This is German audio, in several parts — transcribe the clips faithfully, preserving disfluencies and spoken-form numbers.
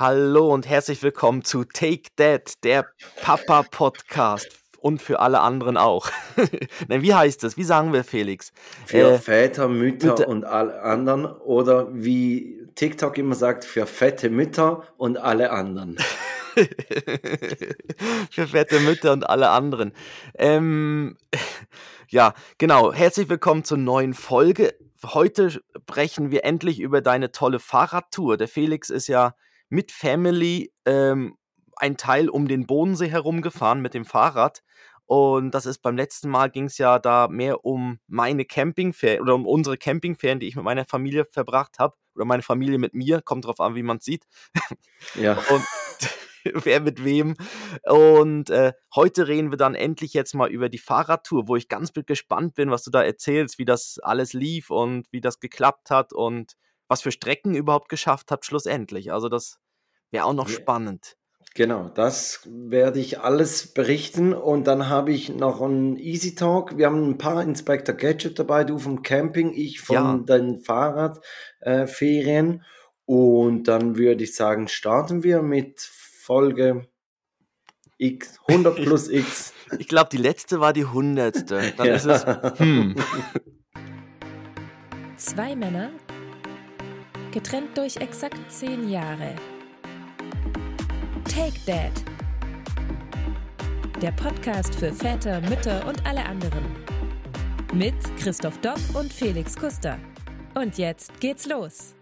Hallo und herzlich willkommen zu Take That, der Papa-Podcast und für alle anderen auch. Nein, wie heißt das? Wie sagen wir, Felix? Für Äh, Väter, Mütter Mütter, und alle anderen oder wie TikTok immer sagt, für fette Mütter und alle anderen. für fette Mütter und alle anderen. Ähm, ja, genau. Herzlich willkommen zur neuen Folge. Heute sprechen wir endlich über deine tolle Fahrradtour. Der Felix ist ja mit Family ähm, ein Teil um den Bodensee herumgefahren mit dem Fahrrad. Und das ist beim letzten Mal ging es ja da mehr um meine Campingferien oder um unsere Campingferien, die ich mit meiner Familie verbracht habe. Oder meine Familie mit mir, kommt drauf an, wie man es sieht. Ja, Und wer mit wem. Und äh, heute reden wir dann endlich jetzt mal über die Fahrradtour, wo ich ganz be- gespannt bin, was du da erzählst, wie das alles lief und wie das geklappt hat und was für Strecken ihr überhaupt geschafft habt schlussendlich. Also das wäre auch noch ja, spannend. genau, das werde ich alles berichten und dann habe ich noch einen Easy Talk. Wir haben ein paar Inspector Gadget dabei, du vom Camping, ich Ja, von den Fahrradferien äh, Ferien. Und dann würde ich sagen, starten wir mit Folge X, hundert ich, plus X. ich glaube, die letzte war die hundertste. Dann ist es, Ja. hm, Zwei Männer, getrennt durch exakt zehn Jahre. Take That. Der Podcast für Väter, Mütter und alle anderen. Mit Christoph Dopp und Felix Kuster. Und jetzt geht's los.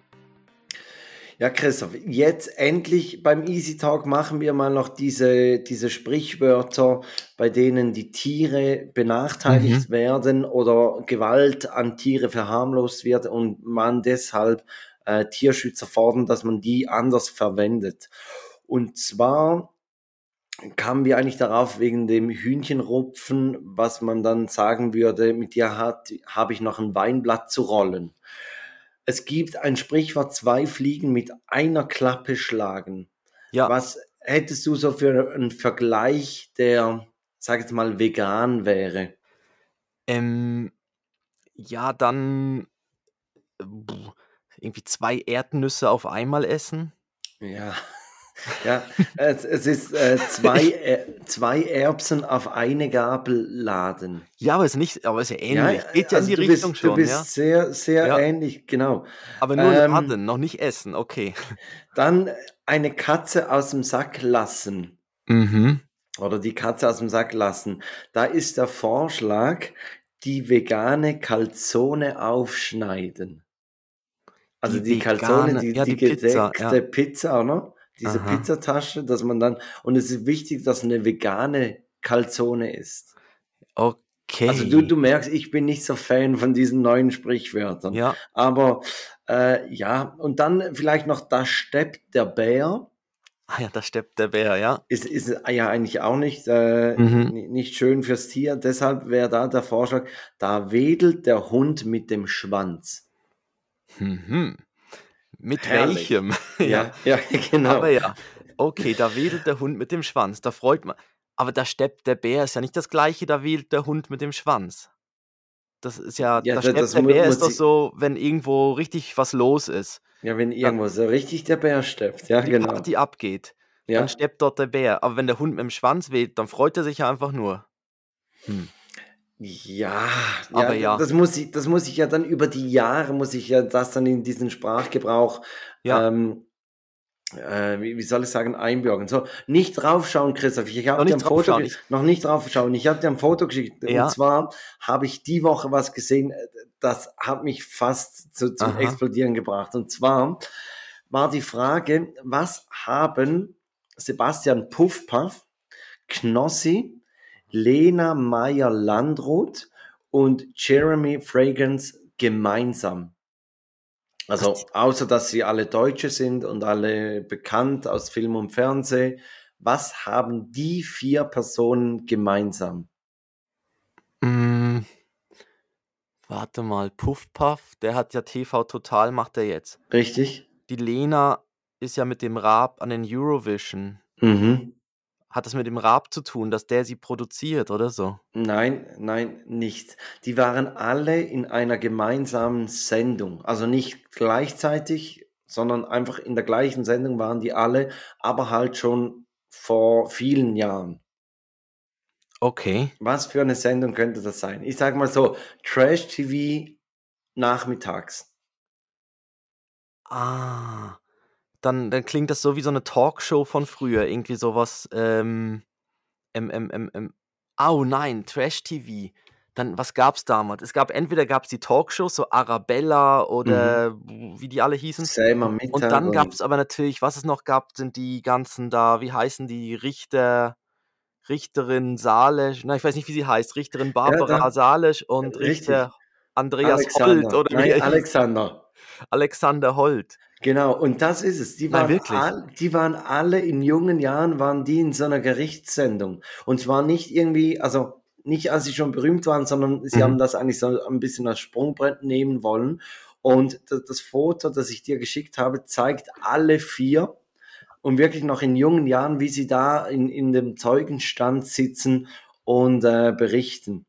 Ja, Christoph, jetzt endlich beim Easy Talk machen wir mal noch diese, diese Sprichwörter, bei denen die Tiere benachteiligt mhm. werden oder Gewalt an Tiere verharmlost wird und man deshalb äh, Tierschützer fordern, dass man die anders verwendet. Und zwar kamen wir eigentlich darauf wegen dem Hühnchenrupfen, was man dann sagen würde, mit dir hat, habe ich noch ein Weinblatt zu rollen. Es gibt ein Sprichwort, zwei Fliegen mit einer Klappe schlagen. Ja, Was hättest du so für einen Vergleich, der, sag jetzt mal, vegan wäre? ähm, ja, dann äh, puh, irgendwie zwei Erdnüsse auf einmal essen. Ja, ja, es, es ist äh, zwei, Ich, äh, zwei Erbsen auf eine Gabel laden. ja, aber ist nicht, aber ist ja Ja, ähnlich. Geht ja in also die du Richtung bist, du schon, ja. bist sehr, sehr Ja, ähnlich, genau. aber nur Ähm, laden, noch nicht essen, okay. dann eine Katze aus dem Sack lassen. Mhm. Oder die Katze aus dem Sack lassen. Da ist der Vorschlag, die vegane Calzone aufschneiden. Also Die die Calzone, vegane, die, ja, die die Pizza, ja. gedeckte Pizza, ne? Diese Aha. Pizzatasche, dass man dann, und es ist wichtig, dass eine vegane Calzone ist. Also du, Okay. du merkst, ich bin nicht so Fan von diesen neuen Sprichwörtern. Ja. Aber äh, ja, und dann vielleicht noch, da steppt der Bär. Ah ja, da steppt der Bär, ja. Ist, ist ja eigentlich auch nicht, äh, Mhm. nicht schön fürs Tier. Deshalb wäre da der Vorschlag, da wedelt der Hund mit dem Schwanz. Mhm. Mit Herrlich. welchem? Ja. Ja, ja, Aber genau. ja. Okay, da wedelt der Hund mit dem Schwanz. Da freut man. Aber da steppt der Bär ist ja nicht das Gleiche, da wedelt der Hund mit dem Schwanz. Das ist ja, Ja, da das, steppt das der mu Bär ist muss doch ich, so, wenn irgendwo richtig was los ist. ja, wenn Dann irgendwo so richtig der Bär steppt. Ja, die genau. Party abgeht, dann Ja. steppt dort der Bär. Aber wenn der Hund mit dem Schwanz wedelt, dann freut er sich ja einfach nur. Hm. Ja, ja, Aber d- ja, das muss ich, das muss ich ja dann über die Jahre, muss ich ja das dann in diesen Sprachgebrauch, ja, ähm, äh, wie, wie soll ich sagen, einbürgern. So, nicht draufschauen, Christoph. Ich noch habe dir nicht ein Foto, draufschauen. ge- Ich, noch nicht draufschauen. Ich habe dir ein Foto geschickt. Und ja, zwar habe ich die Woche was gesehen, äh, das hat mich fast zu, zum aha. Explodieren gebracht. Und zwar war die Frage, was haben Sebastian Puffpaff, Knossi, Lena Meyer-Landrut und Jeremy Fragrance gemeinsam? Was die, Also, außer dass sie alle Deutsche sind und alle bekannt aus Film und Fernsehen, was haben die vier Personen gemeinsam? hm, warte mal, Puff Puff, der hat ja T V Total, macht er jetzt. Richtig? Die Lena ist ja mit dem Raab an den Eurovision. Mhm. Hat das mit dem Raab zu tun, dass der sie produziert oder so? Nein, nein, nicht. Die waren alle in einer gemeinsamen Sendung. Also nicht gleichzeitig, sondern einfach in der gleichen Sendung waren die alle, aber halt schon vor vielen Jahren. Okay. Was für eine Sendung könnte das sein? Ich sage mal so, Trash-T V nachmittags. Ah, dann dann klingt das so wie so 'ne Talkshow von früher, irgendwie so was, ähm, ähm, ähm, ähm, ähm au nein, Trash-T V. Dann was gab's damals? Es gab entweder gab's die Talkshows, so Arabella Mhm. oder w wie die alle hießen. Selma Und und Mittag dann und gab's aber natürlich, was es noch gab, sind die ganzen da, wie heißen die, Richter Richterin Salesch, na, ich weiß nicht, wie sie heißt, Richterin ja, Barbara da Salesch und richtig. Richter Andreas Holt Alexander. oder wie Nein, er hieß. Alexander. Alexander Holt. Genau, und das ist es. Die Nein, waren wirklich? all die waren alle in jungen Jahren waren die in so einer Gerichtssendung. Und zwar nicht irgendwie also, nicht als sie schon berühmt waren, sondern sie haben Mhm. das eigentlich so ein bisschen als Sprungbrett nehmen wollen. Und da das Foto, das ich dir geschickt habe, zeigt alle vier und wirklich noch in jungen Jahren, wie sie da in in dem Zeugenstand sitzen und, äh, berichten.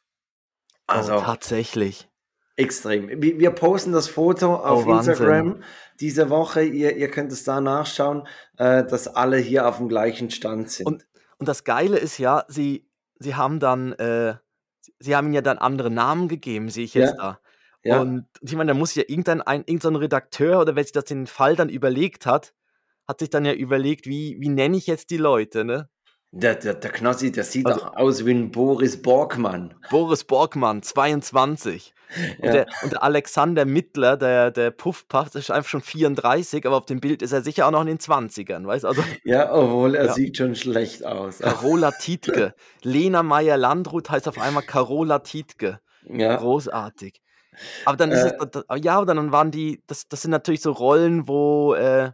Oh, Also tatsächlich. extrem. Wir wir posten das Foto Oh, auf Wahnsinn. Instagram diese Woche. Ihr ihr könnt es da nachschauen, äh, dass alle hier auf dem gleichen Stand Und sind. und das Geile ist ja, sie sie haben dann, äh sie sie haben ihm ja dann andere Namen gegeben, sehe ich jetzt Ja, da. ja. Und ich meine, da muss ja irgendein ein irgend so 'n Redakteur oder wer sich das den Fall dann überlegt hat, hat sich dann ja überlegt: „Wie wie nenne ich jetzt die Leute“, ne? Der der der Knossi, der sieht Also, doch aus wie 'n Boris Borgmann. Boris Borgmann, zweiundzwanzig. Und Ja, der und der Alexander Mittler, der der Puffpuff, das ist einfach schon vierunddreißig, aber auf dem Bild ist er sicher auch noch in den Zwanzigern, weißt also, ja, obwohl er ja. sieht schon schlecht aus. Carola Tietke. Lena Meyer-Landrut heißt auf einmal Carola Tietke. Ja, Großartig. Aber dann ist es äh, d d ja, aber dann waren die das das sind natürlich so Rollen, wo, äh,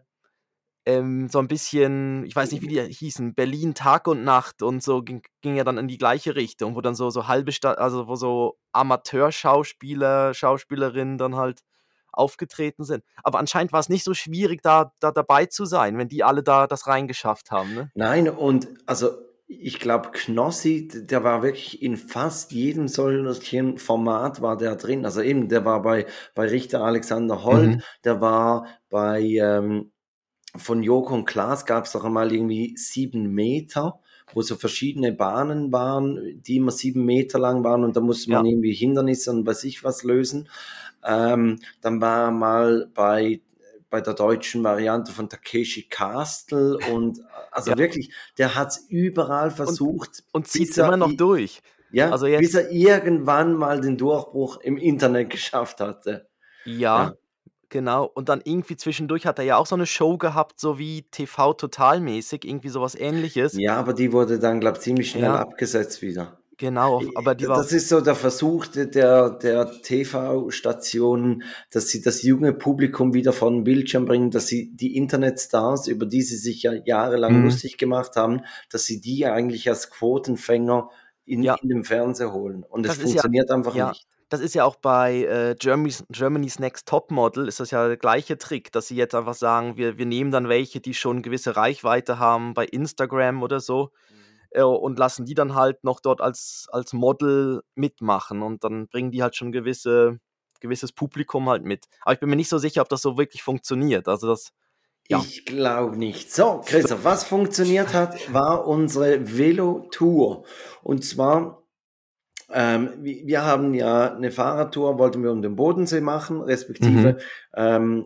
ähm, so 'n bisschen ich weiß nicht, wie die hießen, Berlin Tag und Nacht und so ging ging ja dann in die gleiche Richtung, wo dann so so halbe Sta also, wo so Amateurschauspieler, Schauspielerinnen dann halt aufgetreten sind. Aber anscheinend war's nicht so schwierig, da da dabei zu sein, wenn die alle da das reingeschafft haben, ne? nein, und also, ich glaube, Knossi, d der war wirklich in fast jedem solchen Format war der drin. Also eben, der war bei bei Richter Alexander Holt, Mhm. der war bei, ähm von Joko und Klaas gab's doch einmal irgendwie sieben Meter, wo so verschiedene Bahnen waren, die immer sieben Meter lang waren und da musste man Ja, irgendwie Hindernisse und weiß ich was lösen. Ähm, dann war er mal bei bei der deutschen Variante von Takeshi Castle und ja. also wirklich, der hat's überall Und versucht, und zieht's bis er immer noch i durch. ja, Also bis jetzt er irgendwann mal den Durchbruch im Internet geschafft hatte. Ja. ja, genau. Und dann irgendwie zwischendurch hat er ja auch so 'ne Show gehabt, so wie T V Total-mäßig, irgendwie so was Ähnliches. Ja, aber die wurde dann, glaube ich, ziemlich schnell Ja, abgesetzt wieder. genau, auf Äh, aber die war das ist so der Versuch de der der T V-Stationen, dass sie das junge Publikum wieder vor den Bildschirm bringen, dass sie die Internetstars, über die sie sich ja jahrelang mhm, lustig gemacht haben, dass sie die eigentlich als Quotenfänger in ja, in den Fernseher holen. Und es das ist ja funktioniert einfach ja, nicht. das ist ja auch bei, äh, Germany's Germany's Next Topmodel ist das ja der gleiche Trick, dass sie jetzt einfach sagen: „Wir wir nehmen dann welche, die schon gewisse Reichweite haben bei Instagram oder so, Mhm. äh, und lassen die dann halt noch dort als als Model mitmachen und dann bringen die halt schon gewisse gewisses Publikum halt mit. Aber ich bin mir nicht so sicher, ob das so wirklich funktioniert. Also, das ja. Ich glaube nicht. So, Christoph, was funktioniert hat, war unsere Velo-Tour. Und zwar Ähm, wi wir haben ja eine Fahrradtour wollten wir um den Bodensee machen, Mhm. respektive, ähm,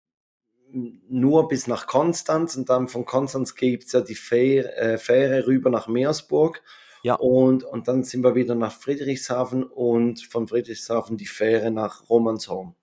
n nur bis nach Konstanz und dann von Konstanz gibt's ja die Fähr äh, Fähre rüber nach Meersburg Ja, und und dann sind wir wieder nach Friedrichshafen und von Friedrichshafen die Fähre nach Romanshorn.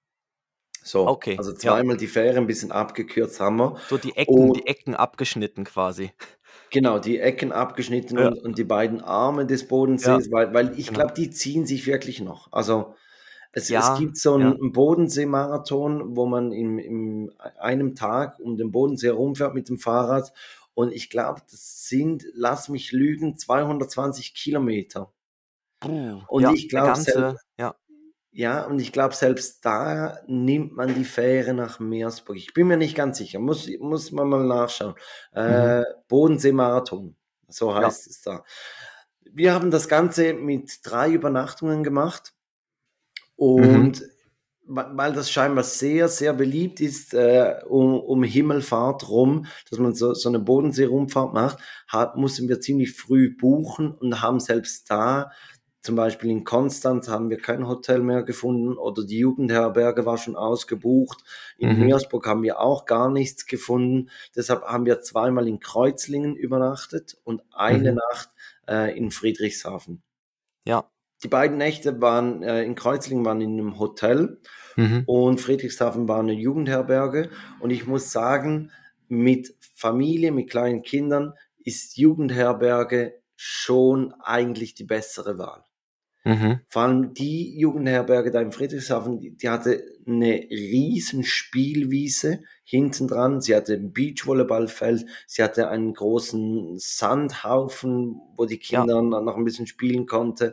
So, okay, also ja. zweimal die Fähre, ein bisschen abgekürzt haben wir. So die Ecken Und die Ecken abgeschnitten quasi. genau, die Ecken abgeschnitten Ja, und und die beiden Arme des ja, Bodensees, weil weil ich genau. glaube, die ziehen sich wirklich noch. Also, es es Ja, gibt so ja. 'n 'n Bodensee-Marathon, wo man im im ei einem Tag um den Bodensee herumfährt mit dem Fahrrad und ich glaube, das sind, lass mich lügen, zweihundertzwanzig Kilometer. Puh, Und ja, ich der glaube selbst ganze ja. ja, und ich glaube, selbst da nimmt man die Fähre nach Meersburg. Ich bin mir nicht ganz sicher, muss muss man mal nachschauen. Mhm. Äh, Bodensee-Marathon, so Ja. heißt es da. Wir haben das Ganze mit drei Übernachtungen gemacht Mhm. und weil das scheinbar sehr, sehr beliebt ist, äh, um, um Himmelfahrt rum, dass man so, so eine Bodensee-Rundfahrt macht, hat, mussten wir ziemlich früh buchen und haben selbst da, zum Beispiel in Konstanz haben wir kein Hotel mehr gefunden oder die Jugendherberge war schon ausgebucht. In Mhm. Meersburg haben wir auch gar nichts gefunden. Deshalb haben wir zweimal in Kreuzlingen übernachtet und eine Mhm. Nacht äh, in Friedrichshafen. Ja. Die beiden Nächte waren äh, in Kreuzlingen waren in einem Hotel Mhm. und Friedrichshafen war eine Jugendherberge. Und ich muss sagen, mit Familie, mit kleinen Kindern ist Jugendherberge schon eigentlich die bessere Wahl. Mhm. Vor allem die Jugendherberge da in Friedrichshafen, die, die hatte eine riesen Spielwiese hinten dran. Sie hatte ein Beachvolleyballfeld, sie hatte einen großen Sandhaufen, wo die Ja. Kinder noch ein bisschen spielen konnten.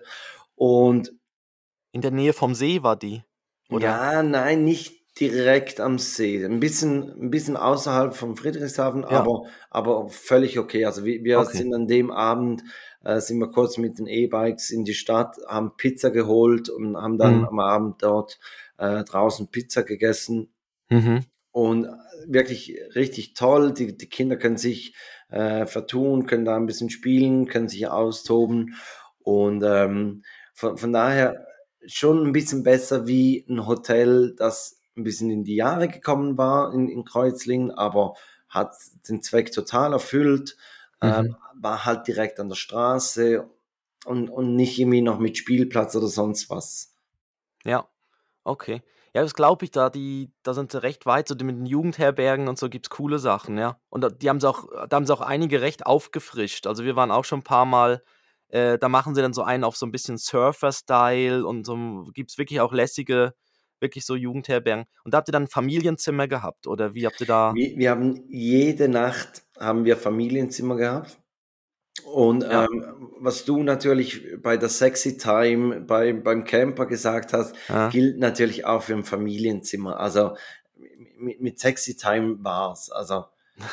Und In der Nähe vom See war die, oder? ja, nein, nicht direkt am See. Ein bisschen, ein bisschen außerhalb von Friedrichshafen, Ja. aber, aber völlig okay. Also wir, wir Okay. sind an dem Abend, äh, sind wir kurz mit den E-Bikes in die Stadt, haben Pizza geholt und haben dann Mhm. am Abend dort äh, draußen Pizza gegessen. Mhm. Und wirklich richtig toll. Die, die Kinder können sich äh, vertun, können da ein bisschen spielen, können sich austoben. Und ähm, von, von daher schon ein bisschen besser wie ein Hotel, das ein bisschen in die Jahre gekommen war in, in Kreuzlingen, aber hat den Zweck total erfüllt, äh, Mhm. war halt direkt an der Straße und, und nicht irgendwie noch mit Spielplatz oder sonst was. Ja. Okay. Ja, das glaube ich, da die da sind sie recht weit, so die mit den Jugendherbergen und so gibt's coole Sachen, ja. Und da die haben's auch da haben sie auch einige recht aufgefrischt. Also, wir waren auch schon 'n paar Mal äh, da machen sie dann so einen auf so 'n bisschen Surfer-Style und so gibt's wirklich auch lässige wirklich so Jugendherbergen. Und da habt ihr dann 'n Familienzimmer gehabt oder wie habt ihr da Wir, wir haben jede Nacht haben wir Familienzimmer gehabt. Und ja, ähm, was du natürlich bei der Sexy Time bei, beim Camper gesagt hast, ja, gilt natürlich auch für ein Familienzimmer. Also mit, mit Sexy Time war's. Also,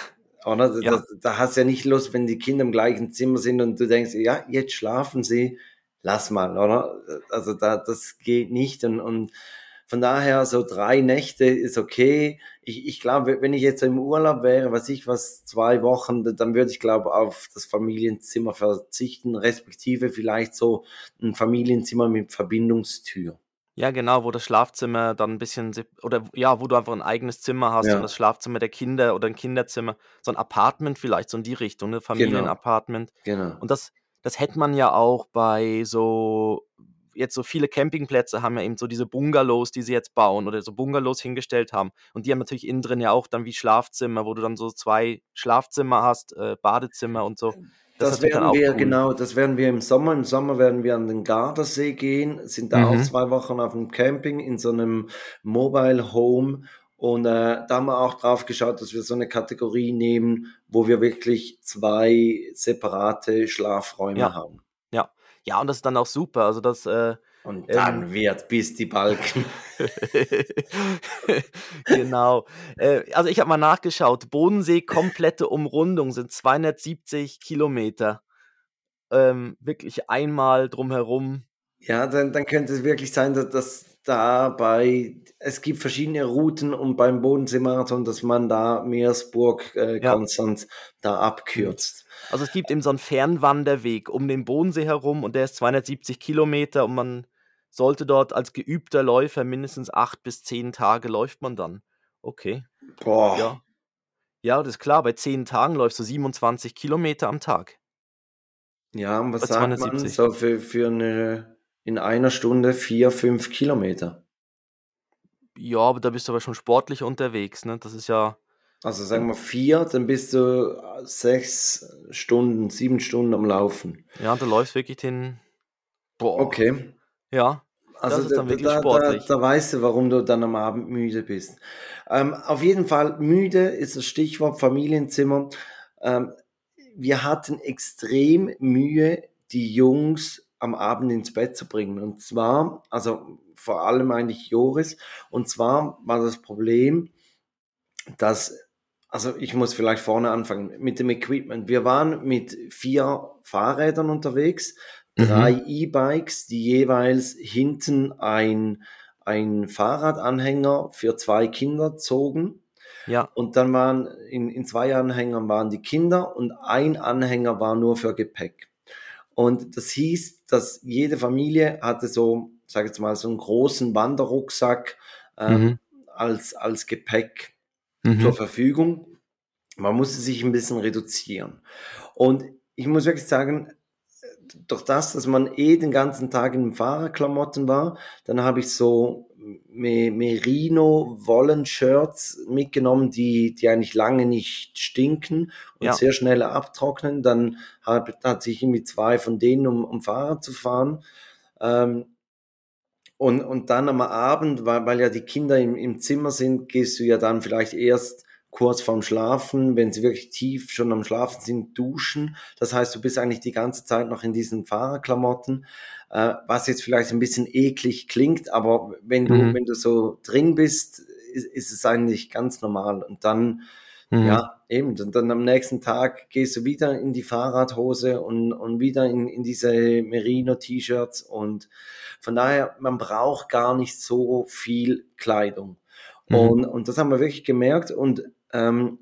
oder? Da, ja, da hast du ja nicht Lust, wenn die Kinder im gleichen Zimmer sind und du denkst, ja, jetzt schlafen sie, lass mal, oder? Also da, das geht nicht. Und, und von daher, so drei Nächte ist okay. Ich, ich glaube, wenn ich jetzt im Urlaub wäre, was ich was, zwei Wochen, dann würde ich, glaube auf das Familienzimmer verzichten, respektive vielleicht so ein Familienzimmer mit Verbindungstür. ja, genau, wo das Schlafzimmer dann 'n bisschen sep oder ja, wo du einfach 'n eigenes Zimmer hast und Ja, das Schlafzimmer der Kinder oder 'n Kinderzimmer, so 'n Apartment vielleicht, so in die Richtung, ne, genau, Familienapartment. genau. Und das das hätte man ja auch bei so jetzt so viele Campingplätze haben ja eben so diese Bungalows, die sie jetzt bauen oder so Bungalows hingestellt haben. Und die haben natürlich innen drin ja auch dann wie Schlafzimmer, wo du dann so zwei Schlafzimmer hast, äh, Badezimmer und so. Das ist Das natürlich dann werden auch wir, cool. genau, das werden wir im Sommer. Im Sommer werden wir an den Gardasee gehen, sind da auch Mhm. zwei Wochen auf dem Camping in so einem Mobile Home. Und äh, da haben wir auch drauf geschaut, dass wir so eine Kategorie nehmen, wo wir wirklich zwei separate Schlafräume Ja, haben. ja. Ja, und das ist dann auch super. Also, das, äh, Und ähm dann wird bis die Balken. Genau. Äh, also, ich habe mal nachgeschaut. Bodensee, komplette Umrundung sind zweihundertsiebzig Kilometer. Ähm, wirklich einmal drumherum. Ja, dann, dann könnte es wirklich sein, dass, dass da bei, es gibt verschiedene Routen und beim Bodensee-Marathon, dass man da Meersburg, äh, Ja, Konstanz da mhm. abkürzt. Also, es gibt eben so 'n Fernwanderweg um den Bodensee herum und der ist zweihundertsiebzig Kilometer und man sollte dort als geübter Läufer mindestens acht bis zehn Tage läuft man dann. Okay, Boah. ja. Ja, das ist klar, bei zehn Tagen läufst du siebenundzwanzig Kilometer am Tag Ja, und bei was sagt man zweihundertsiebzig. so für, für eine, in einer Stunde vier, fünf Kilometer? Ja, aber da bist du aber schon sportlich unterwegs, ne? Das ist ja Also sagen ähm, wir vier, dann bist du äh, sechs Stunden, sieben Stunden am Laufen. ja, du läufst wirklich den boah, Okay. ja, das Also ist da, dann da, wirklich da, da sportlich. da weißt du, warum du dann am Abend müde bist. Ähm, auf jeden Fall, müde ist das Stichwort Familienzimmer. Ähm, wir hatten extrem Mühe, die Jungs am Abend ins Bett zu bringen. Und zwar, also vor allem eigentlich Joris, und zwar war das Problem, dass, also ich muss vielleicht vorne anfangen mit dem Equipment. Wir waren mit vier Fahrrädern unterwegs, Mhm, drei E-Bikes, die jeweils hinten ein, einen Fahrradanhänger für zwei Kinder zogen. Ja. Und dann waren in, in zwei Anhängern waren die Kinder und ein Anhänger war nur für Gepäck. Und das hieß, dass jede Familie hatte so, sag ich jetzt mal, so einen großen Wanderrucksack ähm, Mhm. als, als Gepäck Mhm. zur Verfügung. Man musste sich ein bisschen reduzieren. Und ich muss wirklich sagen, durch das, dass man eh den ganzen Tag in den Fahrerklamotten war, dann habe ich so Me- Merino-Wollen-Shirts mitgenommen, die, die eigentlich lange nicht stinken und Ja. sehr schnell abtrocknen. Dann hat, hatte ich irgendwie zwei von denen, um, um Fahrrad zu fahren. Ähm, und, und dann am Abend, weil, weil ja die Kinder im, im Zimmer sind, gehst du ja dann vielleicht erst kurz vorm Schlafen, wenn sie wirklich tief schon am Schlafen sind, duschen. Das heißt, du bist eigentlich die ganze Zeit noch in diesen Fahrerklamotten, äh, was jetzt vielleicht ein bisschen eklig klingt, aber wenn du, Mhm. wenn du so drin bist, ist, ist es eigentlich ganz normal. Und dann, Mhm. ja, eben, dann, dann am nächsten Tag gehst du wieder in die Fahrradhose und, und wieder in, in diese Merino-T-Shirts und von daher, man braucht gar nicht so viel Kleidung. Mhm. Und, und das haben wir wirklich gemerkt. Und ähm,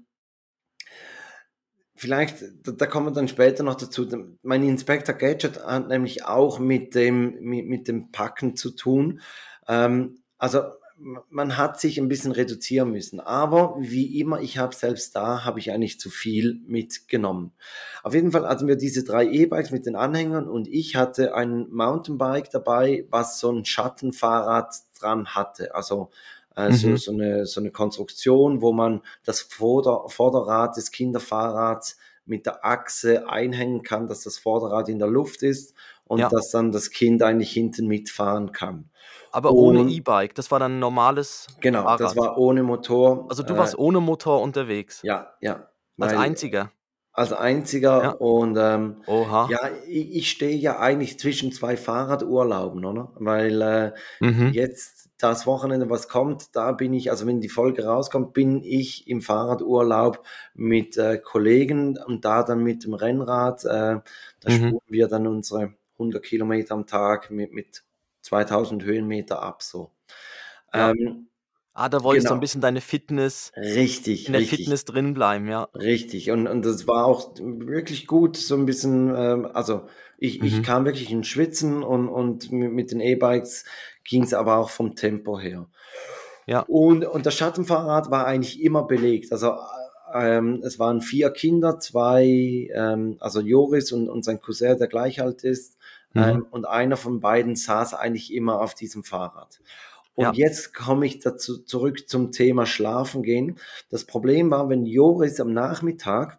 vielleicht, da, da kommen wir dann später noch dazu. Mein Inspector Gadget hat nämlich auch mit dem, mit, mit dem Packen zu tun. Ähm, also man hat sich ein bisschen reduzieren müssen. Aber wie immer, ich habe selbst da, habe ich eigentlich zu viel mitgenommen. Auf jeden Fall hatten wir diese drei E-Bikes mit den Anhängern und ich hatte ein Mountainbike dabei, was so ein Schattenfahrrad dran hatte. Also äh, so, Mhm. so, eine, so eine Konstruktion, wo man das Vorder-, Vorderrad des Kinderfahrrads mit der Achse einhängen kann, dass das Vorderrad in der Luft ist und Ja. dass dann das Kind eigentlich hinten mitfahren kann. Aber ohne Und E-Bike, das war dann 'n normales genau, das Fahrrad? war ohne Motor. Also, du Äh, warst ohne Motor unterwegs? ja, ja, Als weil Einziger? als Ja. einziger und ähm, Oha. ja, ich, ich stehe ja eigentlich zwischen zwei Fahrradurlauben, oder? Weil äh, Mhm. jetzt das Wochenende, was kommt, da bin ich, also wenn die Folge rauskommt, bin ich im Fahrradurlaub mit äh, Kollegen und da dann mit dem Rennrad. Äh, da Mhm. spulen wir dann unsere hundert Kilometer am Tag mit, mit zweitausend Höhenmeter ab, so. Ja. Ähm, Ah, da wolltest du 'n genau, bisschen deine Fitness in richtig, der richtig. Fitness drin bleiben, ja. Richtig. Und, und das war auch wirklich gut, so ein bisschen, ähm, also ich, ich Mhm. kam wirklich ins Schwitzen und, und mit, mit den E-Bikes ging es aber auch vom Tempo her. Ja. Und, und das Schattenfahrrad war eigentlich immer belegt. Also ähm, es waren vier Kinder, zwei, ähm, also Joris und, und sein Cousin, der gleich alt ist, Mhm. ähm, und einer von beiden saß eigentlich immer auf diesem Fahrrad. Und Ja. jetzt komme ich dazu zurück zum Thema Schlafen gehen. Das Problem war, wenn Joris am Nachmittag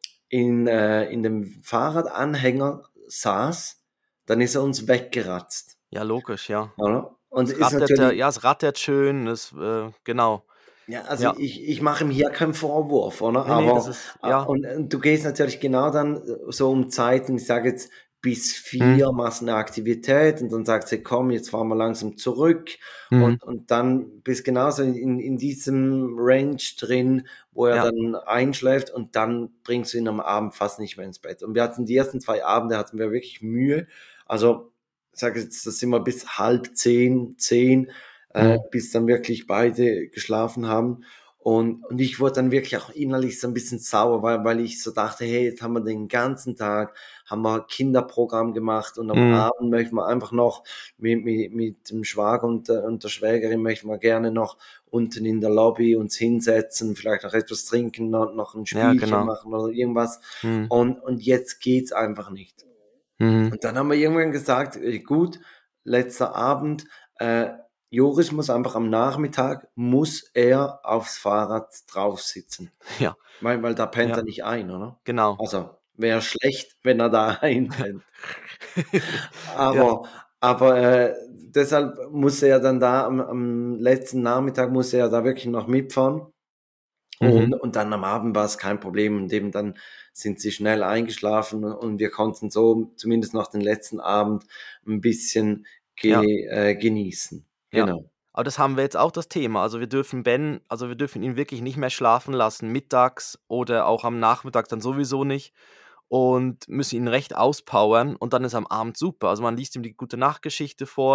in, äh, in dem Fahrradanhänger saß, dann ist er uns weggeratzt, Ja, logisch, ja. oder? Und Es ist rattert ja natürlich, ja, es rattert schön, es äh, genau. ja, also Ja. ich, ich mache ihm hier keinen Vorwurf, oder? Ne, ne, das Aber ist äh, ja. und, und du gehst natürlich genau dann äh, so um Zeiten, ich sage jetzt bis Mhm. vier machst eine Aktivität und dann sagst du, komm, jetzt fahren wir langsam zurück Mhm. und, und dann bist genauso in, in diesem Range drin, wo er Ja. dann einschläft und dann bringst du ihn am Abend fast nicht mehr ins Bett. Und wir hatten die ersten zwei Abende, hatten wir wirklich Mühe. Also, ich sage jetzt, das sind wir bis halb zehn, zehn, äh, Mhm. bis dann wirklich beide geschlafen haben. Und, und ich wurde dann wirklich auch innerlich so ein bisschen sauer, weil, weil ich so dachte, hey, jetzt haben wir den ganzen Tag, haben wir Kinderprogramm gemacht und am Mhm. Abend möchten wir einfach noch mit, mit, mit dem Schwager und der, und der Schwägerin möchten wir gerne noch unten in der Lobby uns hinsetzen, vielleicht noch etwas trinken, noch, noch ein Ja, Spielchen genau. machen oder irgendwas. Mhm. Und, und jetzt geht's einfach nicht. Mhm. Und dann haben wir irgendwann gesagt, äh, gut, letzter Abend, äh, Joris muss einfach am Nachmittag, muss er aufs Fahrrad drauf sitzen. Ja, Weil, weil da pennt ja, er nicht ein, oder? genau. Also wäre schlecht, wenn er da einpennt. Ja. Aber, aber äh, deshalb musste er dann da am, am letzten Nachmittag musste er da wirklich noch mitfahren. Mhm. Und, und dann am Abend war es kein Problem und eben dann sind sie schnell eingeschlafen und wir konnten so zumindest noch den letzten Abend ein bisschen Ja, ge, äh, genießen. ja. Genau. Aber das haben wir jetzt auch das Thema. Also, wir dürfen Ben also, wir dürfen ihn wirklich nicht mehr schlafen lassen mittags oder auch am Nachmittag dann sowieso nicht und müssen ihn recht auspowern und dann ist am Abend super. Also, man liest ihm die Gute-Nacht-Geschichte vor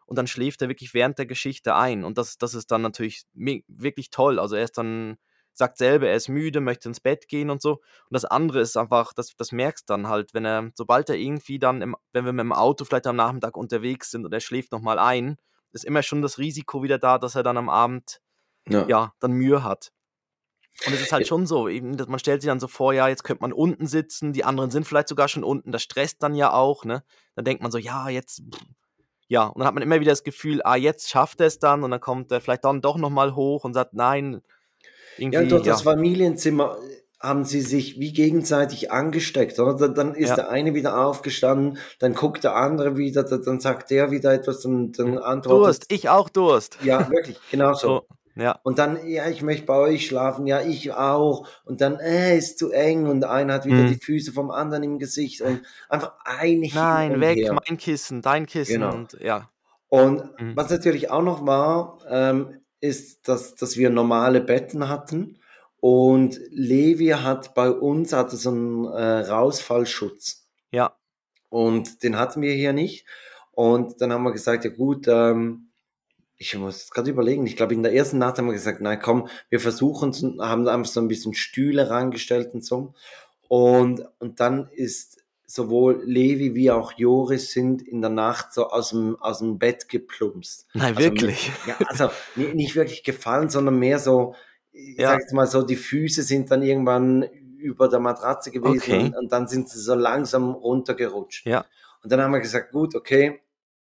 und dann schläft er wirklich während der Geschichte ein. Und das, das ist dann natürlich me- wirklich toll. Also er ist dann, sagt selber, er ist müde, möchte ins Bett gehen und so. Und das andere ist einfach, das, das merkst dann halt, wenn er, sobald er irgendwie dann, im, wenn wir mit dem Auto vielleicht am Nachmittag unterwegs sind und er schläft nochmal ein, ist immer schon das Risiko wieder da, dass er dann am Abend, Ja. ja, dann Mühe hat. Und es ist halt schon so, eben, dass man stellt sich dann so vor, ja, jetzt könnte man unten sitzen, die anderen sind vielleicht sogar schon unten, das stresst dann ja auch, ne? Dann denkt man so, ja, jetzt, pff, ja, und dann hat man immer wieder das Gefühl, ah, jetzt schafft er es dann und dann kommt er vielleicht dann doch nochmal hoch und sagt, nein, Ja, irgendwie, durch das ja, Familienzimmer äh, haben sie sich wie gegenseitig angesteckt, oder? Dann, dann ist ja, der eine wieder aufgestanden, dann guckt der andere wieder, dann, dann sagt der wieder etwas, dann, dann mhm. antwortet, Durst, ich auch Durst. ja, wirklich, genau so. So, ja, Und dann, ja, ich möchte bei euch schlafen, ja, ich auch. Und dann, äh, ist zu eng und einer hat wieder die mhm. Füße vom anderen im Gesicht und einfach ein Hin Nein, und weg, her. mein Kissen, dein Kissen Genau. und ja, Und mhm. was natürlich auch noch war, ähm, ist, dass, dass wir normale Betten hatten und Levi hat bei uns hatte so einen äh, Rausfallschutz Ja, und den hatten wir hier nicht. Und dann haben wir gesagt, ja gut, ähm, ich muss gerade überlegen, ich glaube in der ersten Nacht haben wir gesagt, nein komm, wir versuchen es und haben einfach so ein bisschen Stühle reingestellt und so. Und, und dann ist sowohl Levi wie auch Joris sind in der Nacht so aus dem, aus dem Bett geplumpst. nein, Also, me- wirklich. ja, also ni- nicht wirklich gefallen, sondern mehr so, ich sage Ja, jetzt mal so, die Füße sind dann irgendwann über der Matratze gewesen und, okay, und dann sind sie so langsam runtergerutscht. ja, Und dann haben wir gesagt, gut, okay,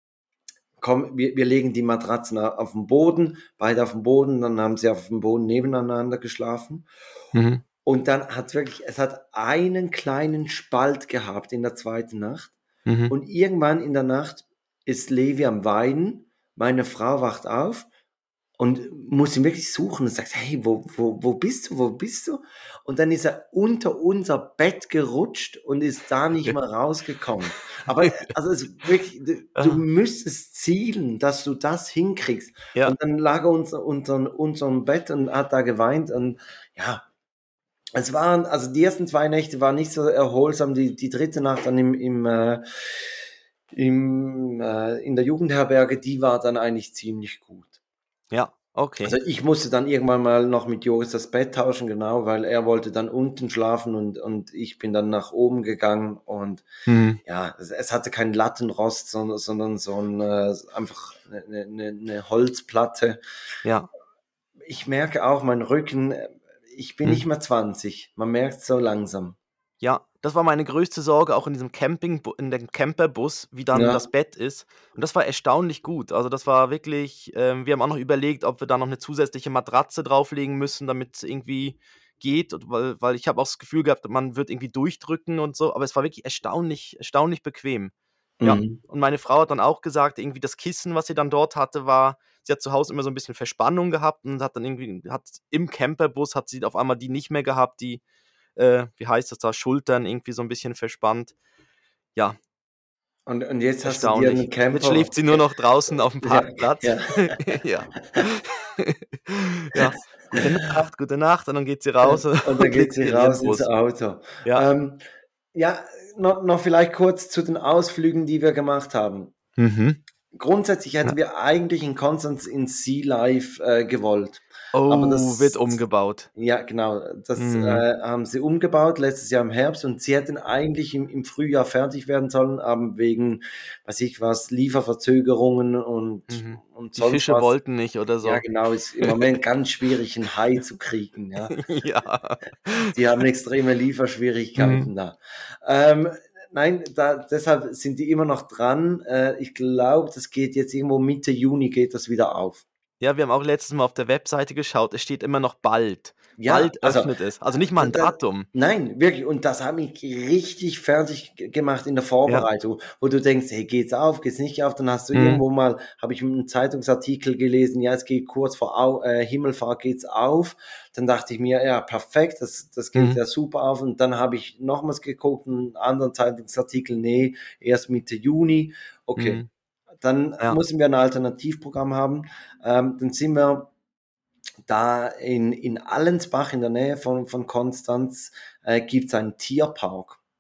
komm, wir, wir legen die Matratzen au- auf den Boden, beide auf dem Boden, dann haben sie auf dem Boden nebeneinander geschlafen. mhm. Und dann hat wirklich, es hat einen kleinen Spalt gehabt in der zweiten Nacht. Mhm. Und irgendwann in der Nacht ist Levi am Weinen. Meine Frau wacht auf und muss ihn wirklich suchen und sagt, hey, wo, wo, wo bist du, wo bist du? Und dann ist er unter unser Bett gerutscht und ist da nicht mehr rausgekommen. Aber äh, also es ist wirklich, du, du Ah, müsstest zielen, dass du das hinkriegst. ja, Und dann lag er unter, unter unserem Bett und hat da geweint und ja, es waren, also die ersten zwei Nächte waren nicht so erholsam, die, die dritte Nacht dann im, im, äh, im, äh, in der Jugendherberge, die war dann eigentlich ziemlich gut. ja, Also okay. ich musste dann irgendwann mal noch mit Joris das Bett tauschen, genau, weil er wollte dann unten schlafen und, und ich bin dann nach oben gegangen und Mhm. ja, es, es hatte keinen Lattenrost, sondern, sondern so ein, äh, einfach eine, eine, eine Holzplatte. Ja, Ich merke auch, mein Rücken, äh, ich bin nicht mhm. mehr zwanzig, man merkt so langsam. Ja, das war meine größte Sorge, auch in diesem Camping in dem Camperbus, wie dann Ja, das Bett ist. Und das war erstaunlich gut. Also, das war wirklich ähm, wir haben auch noch überlegt, ob wir da noch eine zusätzliche Matratze drauflegen müssen, damit's irgendwie geht, und weil weil ich habe auch das Gefühl gehabt, man wird irgendwie durchdrücken und so, aber es war wirklich erstaunlich erstaunlich bequem. Ja, mhm. und meine Frau hat dann auch gesagt, irgendwie das Kissen, was sie dann dort hatte, war sie hat zu Hause immer so ein bisschen Verspannung gehabt und hat dann irgendwie hat im Camperbus hat sie auf einmal die nicht mehr gehabt, die äh, wie heißt das da, Schultern irgendwie so ein bisschen verspannt. Ja, Und, und jetzt hast du dir einen erstaunlich. Jetzt schläft Camper. sie nur noch draußen auf dem Ja, Parkplatz. ja. Ja. Ja. Gute Nacht, gute Nacht und dann geht sie Und, raus und dann und geht legt sie sich in ihren raus ins Bus. Auto. Ja. Ähm, ja, noch, noch vielleicht kurz zu den Ausflügen, die wir gemacht haben. Mhm. Grundsätzlich Ja. hätten wir eigentlich in Konstanz in Sea Life äh, gewollt. Aber Oh, wird das, umgebaut. ja, genau, das äh, Mhm. haben sie umgebaut letztes Jahr im Herbst und sie hätten eigentlich im, im Frühjahr fertig werden sollen, aber wegen, weiß ich was, Lieferverzögerungen und, Mhm. und Die sonst Fische was. wollten nicht oder Ja, so. genau, ist im Moment ganz schwierig, einen Hai zu kriegen, ja. Ja. Die haben extreme Mhm. Lieferschwierigkeiten da. Ähm, nein, da, deshalb sind die immer noch dran. Äh, ich glaube, das geht jetzt irgendwo Mitte Juni geht das wieder auf. Ja, wir haben auch letztes Mal auf der Webseite geschaut, es steht immer noch bald. Ja, Bald also, öffnet es. Also nicht mal 'n äh, da, Datum. nein, wirklich. Und das hat mich richtig fertig g- gemacht in der Ja. Vorbereitung, wo du denkst, hey, geht's auf, geht's nicht auf? Dann hast du Mhm. irgendwo mal, habe ich einen Zeitungsartikel gelesen, ja, es geht kurz vor Au äh, Himmelfahrt geht's auf. Dann dachte ich mir, ja, perfekt, das, das geht Mhm. ja super auf. Und dann habe ich nochmals geguckt, einen anderen Zeitungsartikel, nee, erst Mitte Juni. Okay, Mhm. dann Ja. müssen wir ein Alternativprogramm haben. Ähm, dann sind wir da in, in Allensbach in der Nähe von, von Konstanz äh, gibt es einen Tierpark.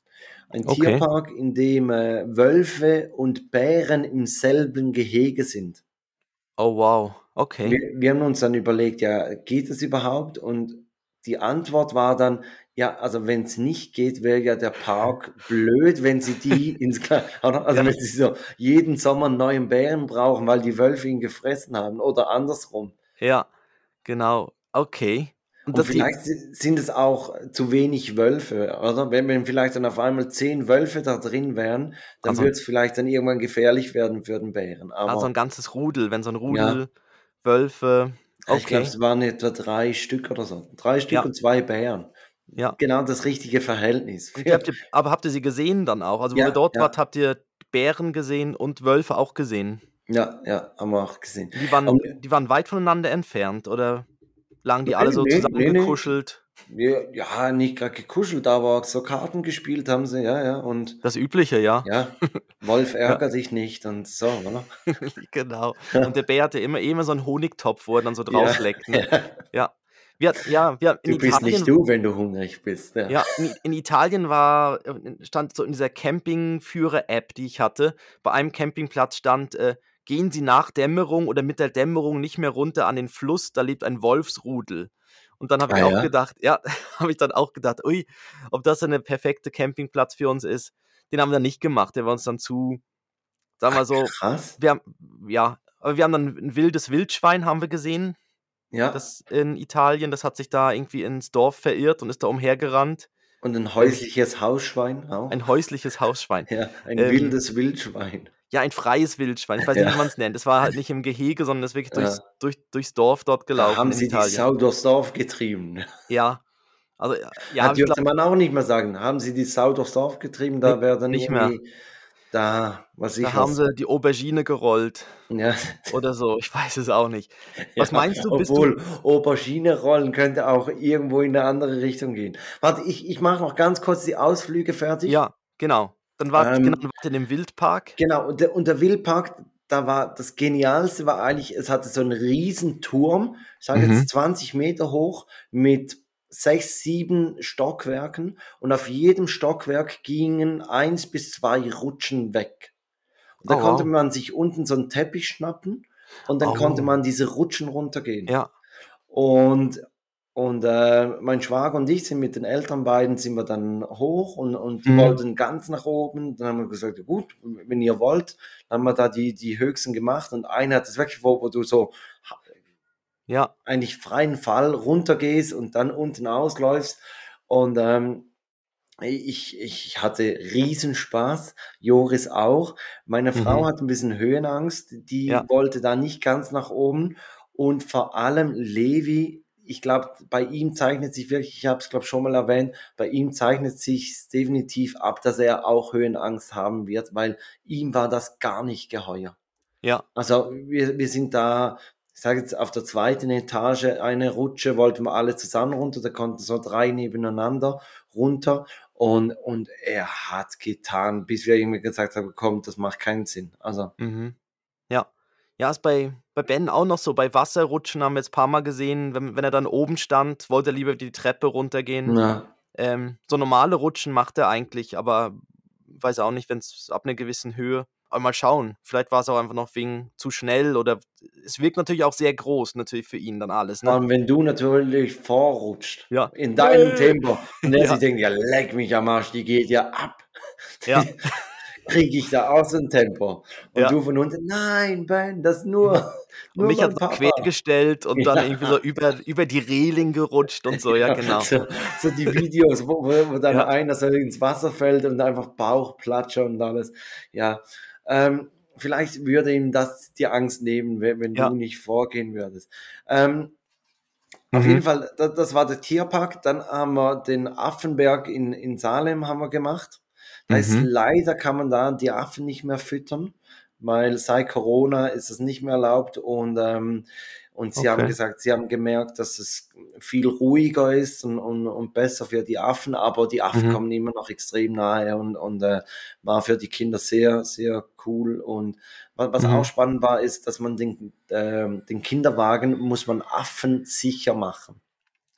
Ein Okay. Tierpark, in dem äh, Wölfe und Bären im selben Gehege sind. Oh wow, okay. Wir, wir haben uns dann überlegt, ja, geht es überhaupt? Und die Antwort war dann, ja, also wenn es nicht geht, wäre ja der Park blöd, wenn sie die ins, Kle- oder? Also Ja, wenn sie so jeden Sommer einen neuen Bären brauchen, weil die Wölfe ihn gefressen haben oder andersrum. ja, genau. Okay. Und Und das Tier, vielleicht si- sind es auch zu wenig Wölfe, oder? Wenn, wenn vielleicht dann auf einmal zehn Wölfe da drin wären, dann also, würde es vielleicht dann irgendwann gefährlich werden für den Bären. also Aber ein ganzes Rudel, wenn so ein ja, Rudel Wölfe, ich glaube, okay. es waren etwa drei Stück oder so. Drei Stück Ja, und zwei Bären. ja. Genau das richtige Verhältnis. Und die habt ihr, aber habt ihr sie gesehen dann auch? Also wo ihr Ja, dort wart, ja, habt ihr Bären gesehen und Wölfe auch gesehen? ja, ja, haben wir auch gesehen. Und die waren, Und die waren weit voneinander entfernt oder lagen die alle nee, so nee, nee, nee. zusammengekuschelt? Ja, ja, nicht gerade gekuschelt, aber so Karten gespielt haben sie, ja, ja. Und Das Übliche, ja. ja, Wolf Ja, ärger dich nicht und so, oder? genau. Und der Bär hatte immer, eh immer so einen Honigtopf, wo er dann so Ja, draus leckt, ne? ja. Ja. Wir, hat- ja, wir in Du bist nicht Italien, du, wenn du hungrig bist, ja. ja, in, in Italien war, äh, stand so in dieser Campingführer-App, die ich hatte, bei einem Campingplatz stand, äh, gehen Sie nach Dämmerung oder mit der Dämmerung nicht mehr runter an den Fluss, da lebt ein Wolfsrudel. Und dann habe Ah ich auch ja? gedacht, ja, habe ich dann auch gedacht, ui, ob das dann der perfekte Campingplatz für uns ist. Den haben wir dann nicht gemacht, der war uns dann zu, sagen Ach wir so, krass. wir haben, ja, aber wir haben dann ein wildes Wildschwein haben wir gesehen, Ja, das in Italien, das hat sich da irgendwie ins Dorf verirrt und ist da umhergerannt. und ein Ähm, häusliches Hausschwein auch. ein häusliches Hausschwein. Ja, ein Ähm, wildes Wildschwein. ja, ein freies Wildschwein. Ich weiß nicht, Ja, wie man es nennt. Es war halt nicht im Gehege, sondern ist wirklich ja. durchs durch durchs Dorf dort Da gelaufen haben in sie die Italien. Sau durchs Dorf getrieben. Ja, also, ja, Ah, ja, ich dürfte glaube man auch nicht mehr sagen. Haben sie die Sau durchs Dorf getrieben, ne, da wäre dann nicht mehr. irgendwie da, was Da ich haben was. sie die Aubergine gerollt Ja, oder so. Ich weiß es auch nicht. Was ja, meinst du, bist du obwohl Aubergine rollen könnte auch irgendwo in eine andere Richtung gehen. Warte, ich, ich mache noch ganz kurz die Ausflüge fertig. ja, genau. Dann wart genau, dann Ähm, wart ihr in dem Wildpark. genau, und der, und der Wildpark, da war das Genialste war eigentlich, es hatte so einen riesen Turm, ich sage Mhm. jetzt zwanzig Meter hoch, mit sechs, sieben Stockwerken und auf jedem Stockwerk gingen eins bis zwei Rutschen weg. Und da Oh, konnte wow. man sich unten so einen Teppich schnappen und dann konnte Oh, man diese Rutschen runtergehen. ja. Und, und äh, mein Schwager und ich sind mit den Eltern beiden, sind wir dann hoch und, und die Mhm. wollten ganz nach oben. Dann haben wir gesagt, ja gut, wenn ihr wollt, dann haben wir da die, die höchsten gemacht und einer hat es wirklich, wo, wo du so ha- Ja. eigentlich freien Fall runtergehst und dann unten ausläufst. Und ähm, ich, ich hatte Riesenspaß, Joris auch. Meine Frau Mhm. hat ein bisschen Höhenangst, die Ja. wollte da nicht ganz nach oben. Und vor allem Levi, ich glaube, bei ihm zeichnet sich wirklich, ich habe es glaube schon mal erwähnt, bei ihm zeichnet sich definitiv ab, dass er auch Höhenangst haben wird, weil ihm war das gar nicht geheuer. Ja. Also wir, wir sind da, ich sage jetzt auf der zweiten Etage, eine Rutsche, wollten wir alle zusammen runter, da konnten so drei nebeneinander runter und, und er hat getan, bis wir irgendwie gesagt haben, komm, das macht keinen Sinn. Also, Mhm. Ja. Ja, ist bei bei Ben auch noch so. Bei Wasserrutschen haben wir jetzt ein paar Mal gesehen, wenn wenn er dann oben stand, wollte er lieber die Treppe runtergehen. na, Ähm, so normale Rutschen macht er eigentlich, aber weiß auch nicht, wenn es ab 'ner gewissen Höhe, aber mal schauen. Vielleicht war es auch einfach noch wegen zu schnell oder es wirkt natürlich auch sehr groß natürlich für ihn dann alles, vor ne? allem wenn du natürlich vorrutscht, Ja. in deinem Äh. Tempo und er sich Ja, denkt, ja, leck mich am Arsch, die geht ja ab. ja, Kriege ich da auch so ein Tempo? Und ja. du von unten, nein, Ben, das Mhm. nur, Und nur mich beim hat's noch Papa. quergestellt und dann irgendwie so Ja. über über die Reling gerutscht und so, ja, Ja, genau. so, so die Videos, wo, wo, wo dann Ja, einer so ins Wasser fällt und einfach Bauchplatscher und alles. Ja, ähm, vielleicht würde ihm das die Angst nehmen, wenn, wenn du ja. nicht vorgehen würdest. Ähm, auf jeden Mhm. Fall, das, das war der Tierpark. Dann haben wir den Affenberg in, in Salem haben wir gemacht. Da ist Mhm. leider kann man da die Affen nicht mehr füttern, weil seit Corona ist es nicht mehr erlaubt und ähm, und sie haben Okay. gesagt, sie haben gemerkt, dass es viel ruhiger ist und, und, und besser für die Affen, aber die Affen Mhm. kommen immer noch extrem nahe und, und äh, war für die Kinder sehr, sehr cool. Und was, was auch Mhm. spannend war, ist, dass man den, ähm, den Kinderwagen muss man affensicher machen. Ja.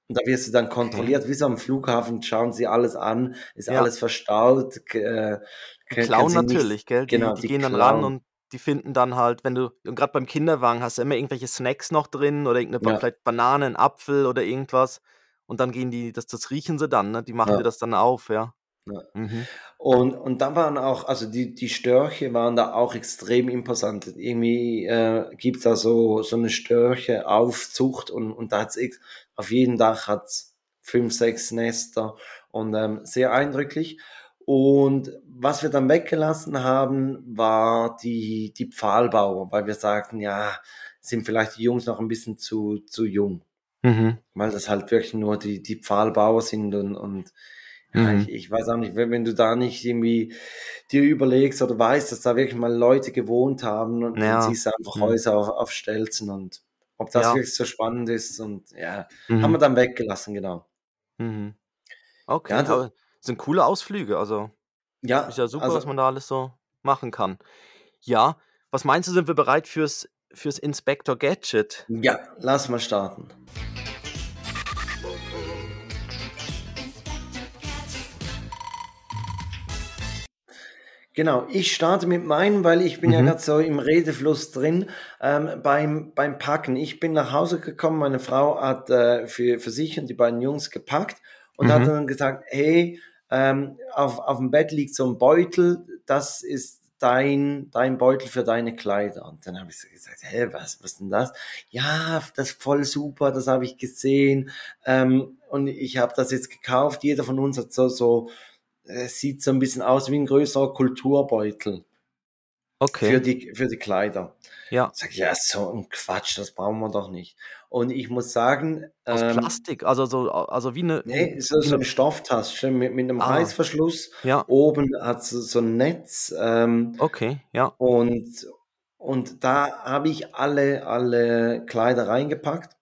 Und da wirst du dann Okay. kontrolliert, wie so am Flughafen, schauen sie alles an, ist Ja. alles verstaut, k äh, Die können können klauen sie nichts natürlich, gell? Die genau, die die gehen dann ran klauen. und die finden dann halt, wenn du und grad beim Kinderwagen hast du immer irgendwelche Snacks noch drin oder irgend 'ne Ba Ja, vielleicht Banane, 'n Apfel oder irgendwas und dann gehen die das das riechen sie dann, ne? Die machen dir ja, das dann auf, ja. ja. Mhm. Und und da waren auch also die die Störche waren da auch extrem imposant. Irgendwie, äh, gibt's da so so 'ne Störche-Aufzucht und und da hat's ex auf jedem Dach hat's fünf, sechs Nester und, ähm, sehr eindrücklich. Und was wir dann weggelassen haben, war die die Pfahlbauer, weil wir sagten: „Ja, sind vielleicht die Jungs noch 'n bisschen zu zu jung.“ Mhm. Weil das halt wirklich nur die die Pfahlbauer sind und und ja, ich Mhm. ich weiß auch nicht, wenn wenn du da nicht irgendwie dir überlegst oder weißt, dass da wirklich mal Leute gewohnt haben und dann Ja. siehst du einfach Mhm. Häuser auf auf Stelzen und ob das Ja. wirklich so spannend ist und ja, haben Mhm. wir dann weggelassen, genau. Mhm. Ja, Okay, da aber sind coole Ausflüge, also ist ja, ja super, was also man da alles so machen kann. Ja, was meinst du, sind wir bereit fürs fürs Inspector Gadget? ja, lass mal starten. Genau, ich starte mit meinem, weil ich bin ja Mhm. grad so im Redefluss drin, ähm, beim beim Packen. Ich bin nach Hause gekommen, meine Frau hat, äh, für für sich und die beiden Jungs gepackt und hat Mhm. dann gesagt: „Hey, ähm, auf aufm Bett liegt so 'n Beutel, das ist dein dein Beutel für deine Kleider.“ Und dann habe ich so gesagt: „Hä, was was denn das?“ „Ja, das ist voll super, das habe ich gesehen, ähm, und ich habe das jetzt gekauft. Jeder von uns hat so so es sieht so 'n bisschen aus wie 'n größerer Kulturbeutel für Okay, die für die Kleider. ja. Sage ich: „Ja, so 'n Quatsch, das brauchen wir doch nicht.“ Und ich muss sagen, Aus ähm, Plastik, also so a also wie 'ne ne, wie so wie so 'ne 'ne Stofftasche mit mit 'nem ah, Reißverschluss. ja, Oben hat's so so 'n Netz, ähm, okay, ja. und und da habe ich alle alle Kleider reingepackt.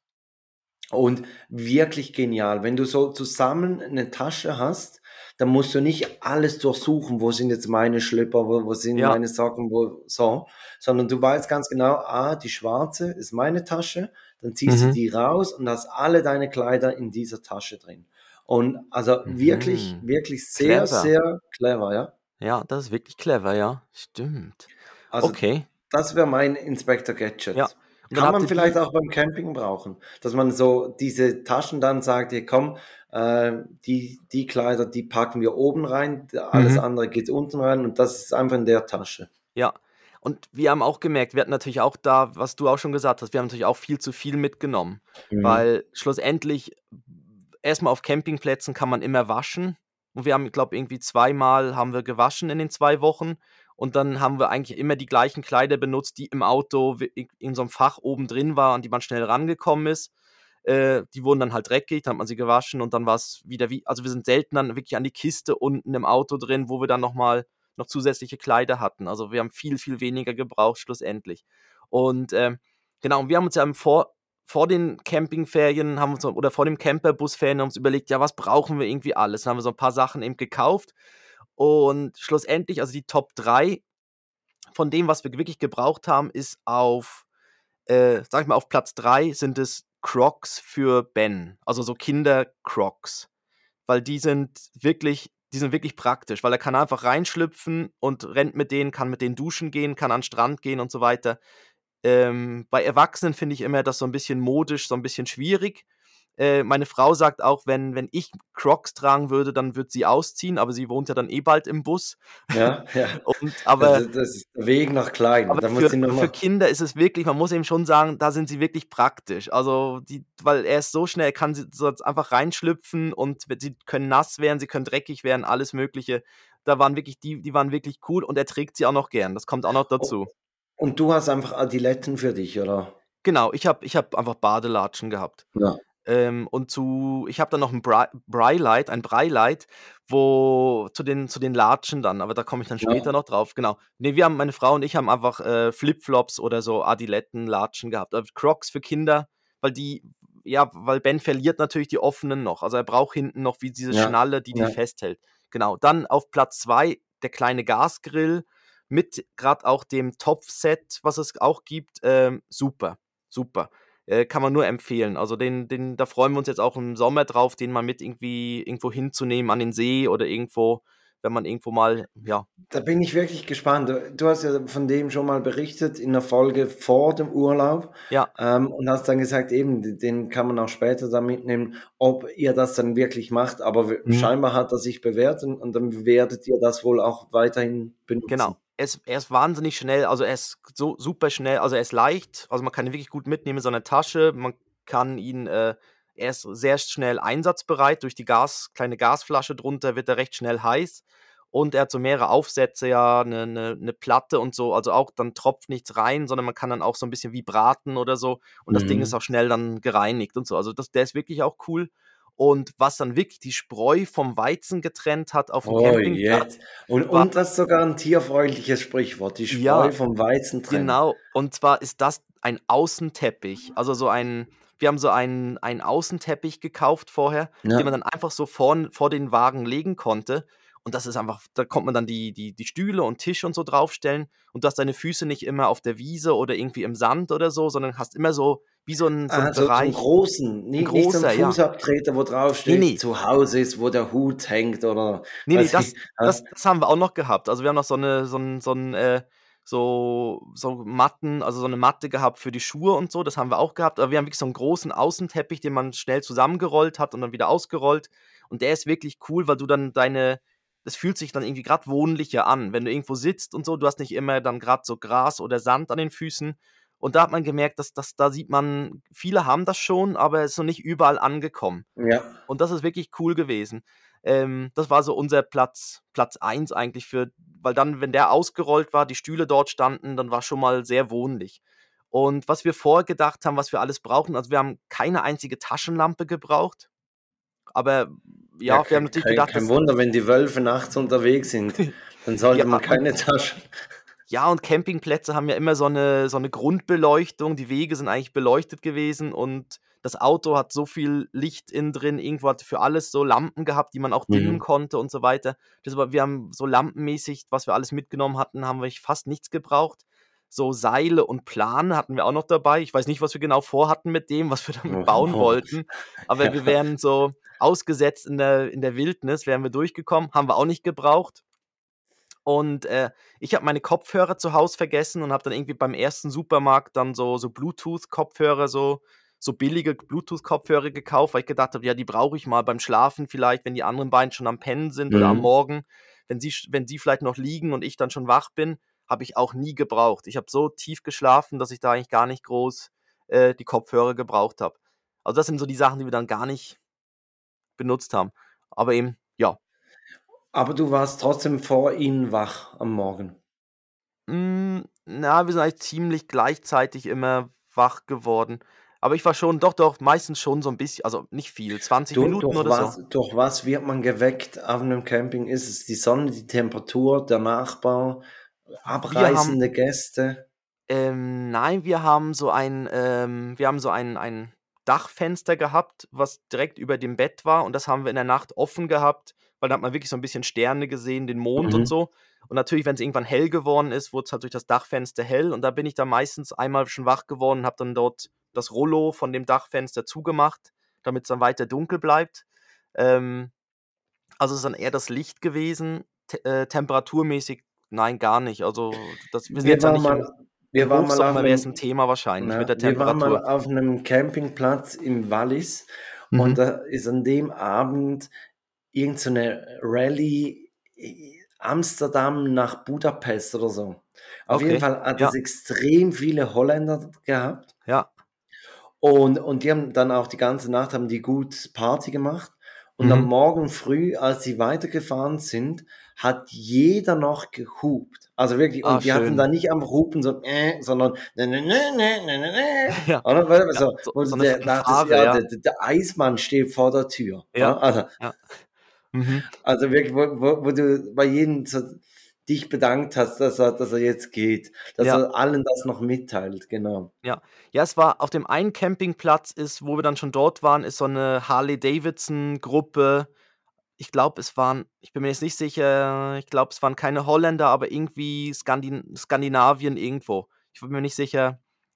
Und wirklich genial. Wenn du so zusammen 'ne Tasche hast, dann musst du nicht alles durchsuchen: „Wo sind jetzt meine Schlipper? Wo wo sind Ja, meine Socken? Wo“ so, sondern du weißt ganz genau: „Ah, die schwarze ist meine Tasche.“ Dann ziehst du mhm. die raus und hast alle deine Kleider in dieser Tasche drin. Und also wirklich, Mhm. wirklich sehr, Clever. sehr clever, ja. Ja, das ist wirklich clever, ja. Stimmt. Also, Okay, das wäre mein Inspector ja. Gadget. Und dann Kann habt man ihr vielleicht die auch beim Camping brauchen, dass man so diese Taschen dann sagt: „Hey, komm, äh, die die Kleider, die packen wir oben rein, d alles mhm, andere geht unten rein und das ist einfach in der Tasche.“ ja. Und wir haben auch gemerkt, wir hatten natürlich auch da, was du auch schon gesagt hast, wir haben natürlich auch viel zu viel mitgenommen, Mhm. weil schlussendlich erst mal auf Campingplätzen kann man immer waschen und wir haben, glaube irgendwie zweimal haben wir gewaschen in den zwei Wochen und dann haben wir eigentlich immer die gleichen Kleider benutzt, die im Auto w in in so 'nem Fach oben drin war, an die man schnell rangekommen ist. Äh, die wurden dann halt dreckig, dann hat man sie gewaschen und dann war's wieder wie also, wir sind selten dann wirklich an die Kiste unten im Auto drin, wo wir dann noch mal noch zusätzliche Kleider hatten. Also, wir haben viel, viel weniger gebraucht schlussendlich. Und, ähm, genau, und wir haben uns ja im vor vor den Campingferien haben wir uns oder vor dem Camperbusferien haben uns überlegt: „Ja, was brauchen wir irgendwie alles?“ Dann haben wir so 'n paar Sachen eben gekauft und schlussendlich also, die Top drei von dem, was wir wirklich gebraucht haben, ist auf äh, sage ich mal, auf Platz drei sind es Crocs für Ben, also so Kinder-Crocs, weil die sind wirklich die sind wirklich praktisch, weil er kann einfach reinschlüpfen und rennt mit denen, kann mit denen duschen gehen, kann an 'n Strand gehen und so weiter. Ähm, bei Erwachsenen finde ich immer das so 'n bisschen modisch, so 'n bisschen schwierig. Äh, meine Frau sagt auch, wenn wenn ich Crocs tragen würde, dann würde sie ausziehen, aber sie wohnt ja dann eh bald im Bus. Ja, ja. Und Das aber ist das ist der Weg nach klein. aber Da muss für ich noch aber für mal Kinder ist es wirklich man muss eben schon sagen, da sind sie wirklich praktisch. Also, die weil er ist so schnell, er kann sie so jetzt einfach reinschlüpfen und w sie können nass werden, sie können dreckig werden, alles Mögliche. Da waren wirklich die die waren wirklich cool und er trägt sie auch noch gern. Das kommt auch noch u dazu. und du hast einfach Adiletten für dich, oder? Genau, ich habe ich habe einfach Badelatschen gehabt. Ja, Ähm, und zu ich habe dann noch 'n Bri Brylite ein Brylite, wo zu den zu den Latschen dann, aber da komme ich dann später ja, noch drauf, genau. Ne, wir haben meine Frau und ich haben einfach, äh, Flipflops oder so Adilettenlatschen gehabt. Äh, Crocs für Kinder, weil die ja, weil Ben verliert natürlich die offenen noch. Also, er braucht hinten noch wie diese ja, Schnalle, die die ja, festhält. Genau, dann auf Platz zwei der kleine Gasgrill mit grad auch dem Topfset, was es auch gibt, ähm, super, super. Äh, kann man nur empfehlen. Also den den da freuen wir uns jetzt auch im Sommer drauf, den mal mit irgendwie irgendwo hinzunehmen an den See oder irgendwo, wenn man irgendwo mal, ja. Da bin ich wirklich gespannt. Du du hast ja von dem schon mal berichtet in der Folge vor dem Urlaub, Ja, ähm, und hast dann gesagt, eben, d den kann man auch später dann mitnehmen, ob ihr das dann wirklich macht. Aber w mhm, scheinbar hat er sich bewährt und und dann werdet ihr das wohl auch weiterhin genau. benutzen. Er ist er ist wahnsinnig schnell, also er ist so super schnell, also er ist leicht, also man kann ihn wirklich gut mitnehmen in so 'ne Tasche. Man kann ihn äh, er ist sehr schnell einsatzbereit. Durch die Gas kleine Gasflasche drunter wird er recht schnell heiß und er hat so mehrere Aufsätze, ja, 'ne 'ne 'ne Platte und so, also auch dann tropft nichts rein, sondern man kann dann auch so 'n bisschen wie braten oder so und das Ding ist Mhm. auch schnell dann gereinigt und so. Also das der ist wirklich auch cool. Und was dann wirklich die Spreu vom Weizen getrennt hat aufm Oh, Campingplatz, jetzt. Und war und das ist sogar 'n tierfreundliches Sprichwort: „Die Spreu ja, vom Weizen trennen." genau. Und zwar ist das ein Außenteppich. Also, so ein wir haben so einen einen Außenteppich gekauft vorher, den man Ja. dann einfach so vorn vor den Wagen legen konnte. Und das ist einfach da konnte man dann die die die Stühle und Tisch und so draufstellen und du hast deine Füße nicht immer auf der Wiese oder irgendwie im Sand oder so, sondern hast immer so wie so 'n so 'n Ah, so so 'n Bereich, großen, 'n ni nicht so 'n großer, ja. Fußabtreter, wo drauf Ne, steht: ne. „Zu Hause ist, wo der Hut hängt", oder Ne, ne, weiß ich, das ja? das das haben wir auch noch gehabt. Also, wir haben noch so 'ne so 'n so 'n, äh so so Matten also, so 'ne Matte gehabt für die Schuhe und so, das haben wir auch gehabt. Aber wir haben wirklich so 'n großen Außenteppich, den man schnell zusammengerollt hat und dann wieder ausgerollt. Und der ist wirklich cool, weil du dann deine es fühlt sich dann irgendwie grad wohnlicher an, wenn du irgendwo sitzt und so. Du hast nicht immer dann grad so Gras oder Sand an den Füßen. Und da hat man gemerkt, dass dass da sieht man, viele haben das schon, aber es ist noch nicht überall angekommen. Ja. Und das ist wirklich cool gewesen. Ähm, das war so unser Platz Platz eins eigentlich für weil dann, wenn der ausgerollt war, die Stühle dort standen, dann war's schon mal sehr wohnlich. Und was wir vorher gedacht haben, was wir alles brauchen, also wir haben keine einzige Taschenlampe gebraucht, aber Ja, ja, wir k haben natürlich kein gedacht, kein dass Wunder, wenn die Wölfe nachts unterwegs sind, dann ja, sollte man und keine Taschen. ja, und Campingplätze haben ja immer so 'ne so 'ne Grundbeleuchtung. Die Wege sind eigentlich beleuchtet gewesen und das Auto hat so viel Licht innen drin. Irgendwo hat für alles so Lampen gehabt, die man auch dimmen Mhm. konnte und so weiter. Das war wir haben so lampenmäßig, was wir alles mitgenommen hatten, haben wir eigentlich fast nichts gebraucht. So Seile und Plane hatten wir auch noch dabei. Ich weiß nicht, was wir genau vorhatten mit dem, was wir damit bauen Oh, wollten, aber wir ja. wären so ausgesetzt in der in der Wildnis wären wir durchgekommen, haben wir auch nicht gebraucht. Und, äh, ich habe meine Kopfhörer zu Hause vergessen und habe dann irgendwie beim ersten Supermarkt dann so so Bluetooth-Kopfhörer, so so billige Bluetooth-Kopfhörer gekauft, weil ich gedacht habe: „Ja, die brauche ich mal beim Schlafen vielleicht, wenn die anderen beiden schon am Pennen sind oder am Mhm. Morgen, wenn sie sch wenn sie vielleicht noch liegen und ich dann schon wach bin." Habe ich auch nie gebraucht. Ich habe so tief geschlafen, dass ich da eigentlich gar nicht groß, äh, die Kopfhörer gebraucht habe. Also, das sind so die Sachen, die wir dann gar nicht benutzt haben. Aber eben, ja. Aber du warst trotzdem vor ihnen wach am Morgen? Hm, na, wir sind eigentlich ziemlich gleichzeitig immer wach geworden. Aber ich war schon doch, doch, meistens schon so 'n bisschen also nicht viel, zwanzig Du, Minuten durch oder so. was durch was wird man geweckt auf 'nem Camping? Ist es die Sonne, die Temperatur, der Nachbar, Wir haben abreisende Gäste? ähm, nein, wir haben so ein ähm, wir haben so ein ein Dachfenster gehabt, was direkt über dem Bett war und das haben wir in der Nacht offen gehabt, weil da hat man wirklich so 'n bisschen Sterne gesehen, den Mond und Mhm. so. Und natürlich, wenn's irgendwann hell geworden ist, wurd's halt durch das Dachfenster hell und da bin ich dann meistens einmal schon wach geworden und habe dann dort das Rollo von dem Dachfenster zugemacht, damit's dann weiter dunkel bleibt. Ähm, also ist dann eher das Licht gewesen. Te äh, temperaturmäßig, nein, gar nicht. Also, das wir sind Wir jetzt ja waren nicht mal im wir im waren mal auf Hochsommer wär's 'n 'nem Thema wahrscheinlich mit na, der wir waren mal Temperatur. auf 'nem Campingplatz im Wallis und Mhm. da ist an dem Abend irgend so 'ne Rallye, i Amsterdam nach Budapest oder so. Auf jeden Okay, Fall hat es ja, extrem viele Holländer dort gehabt. ja, Und und die haben dann auch die ganze Nacht haben die gut Party gemacht. Und am mhm. Morgen früh, als sie weitergefahren sind, hat jeder noch gehupt. Also wirklich, Ah, und die hatten schön. da nicht einfach Hupen, so, äh, sondern ne, ne, ne, ne, ne, ne, ne, Ja, oder? Weil ja, so, so wo so du 'ne dir dachtest, Fanfare, ja, ja, der der der Eismann steht vor der Tür, ja, oder? Also ja, mhm. also wirklich, wo wo wo du bei jedem so dich bedankt hast, dass er dass er jetzt geht, dass Ja, er allen das noch mitteilt, genau. ja. Ja, es war auf dem einen Campingplatz ist, wo wir dann schon dort waren, ist so 'ne Harley-Davidson-Gruppe. Ich glaube, es waren ich bin mir jetzt nicht sicher, ich glaube, es waren keine Holländer, aber irgendwie Skandin Skandinavien irgendwo. Ich bin mir nicht sicher,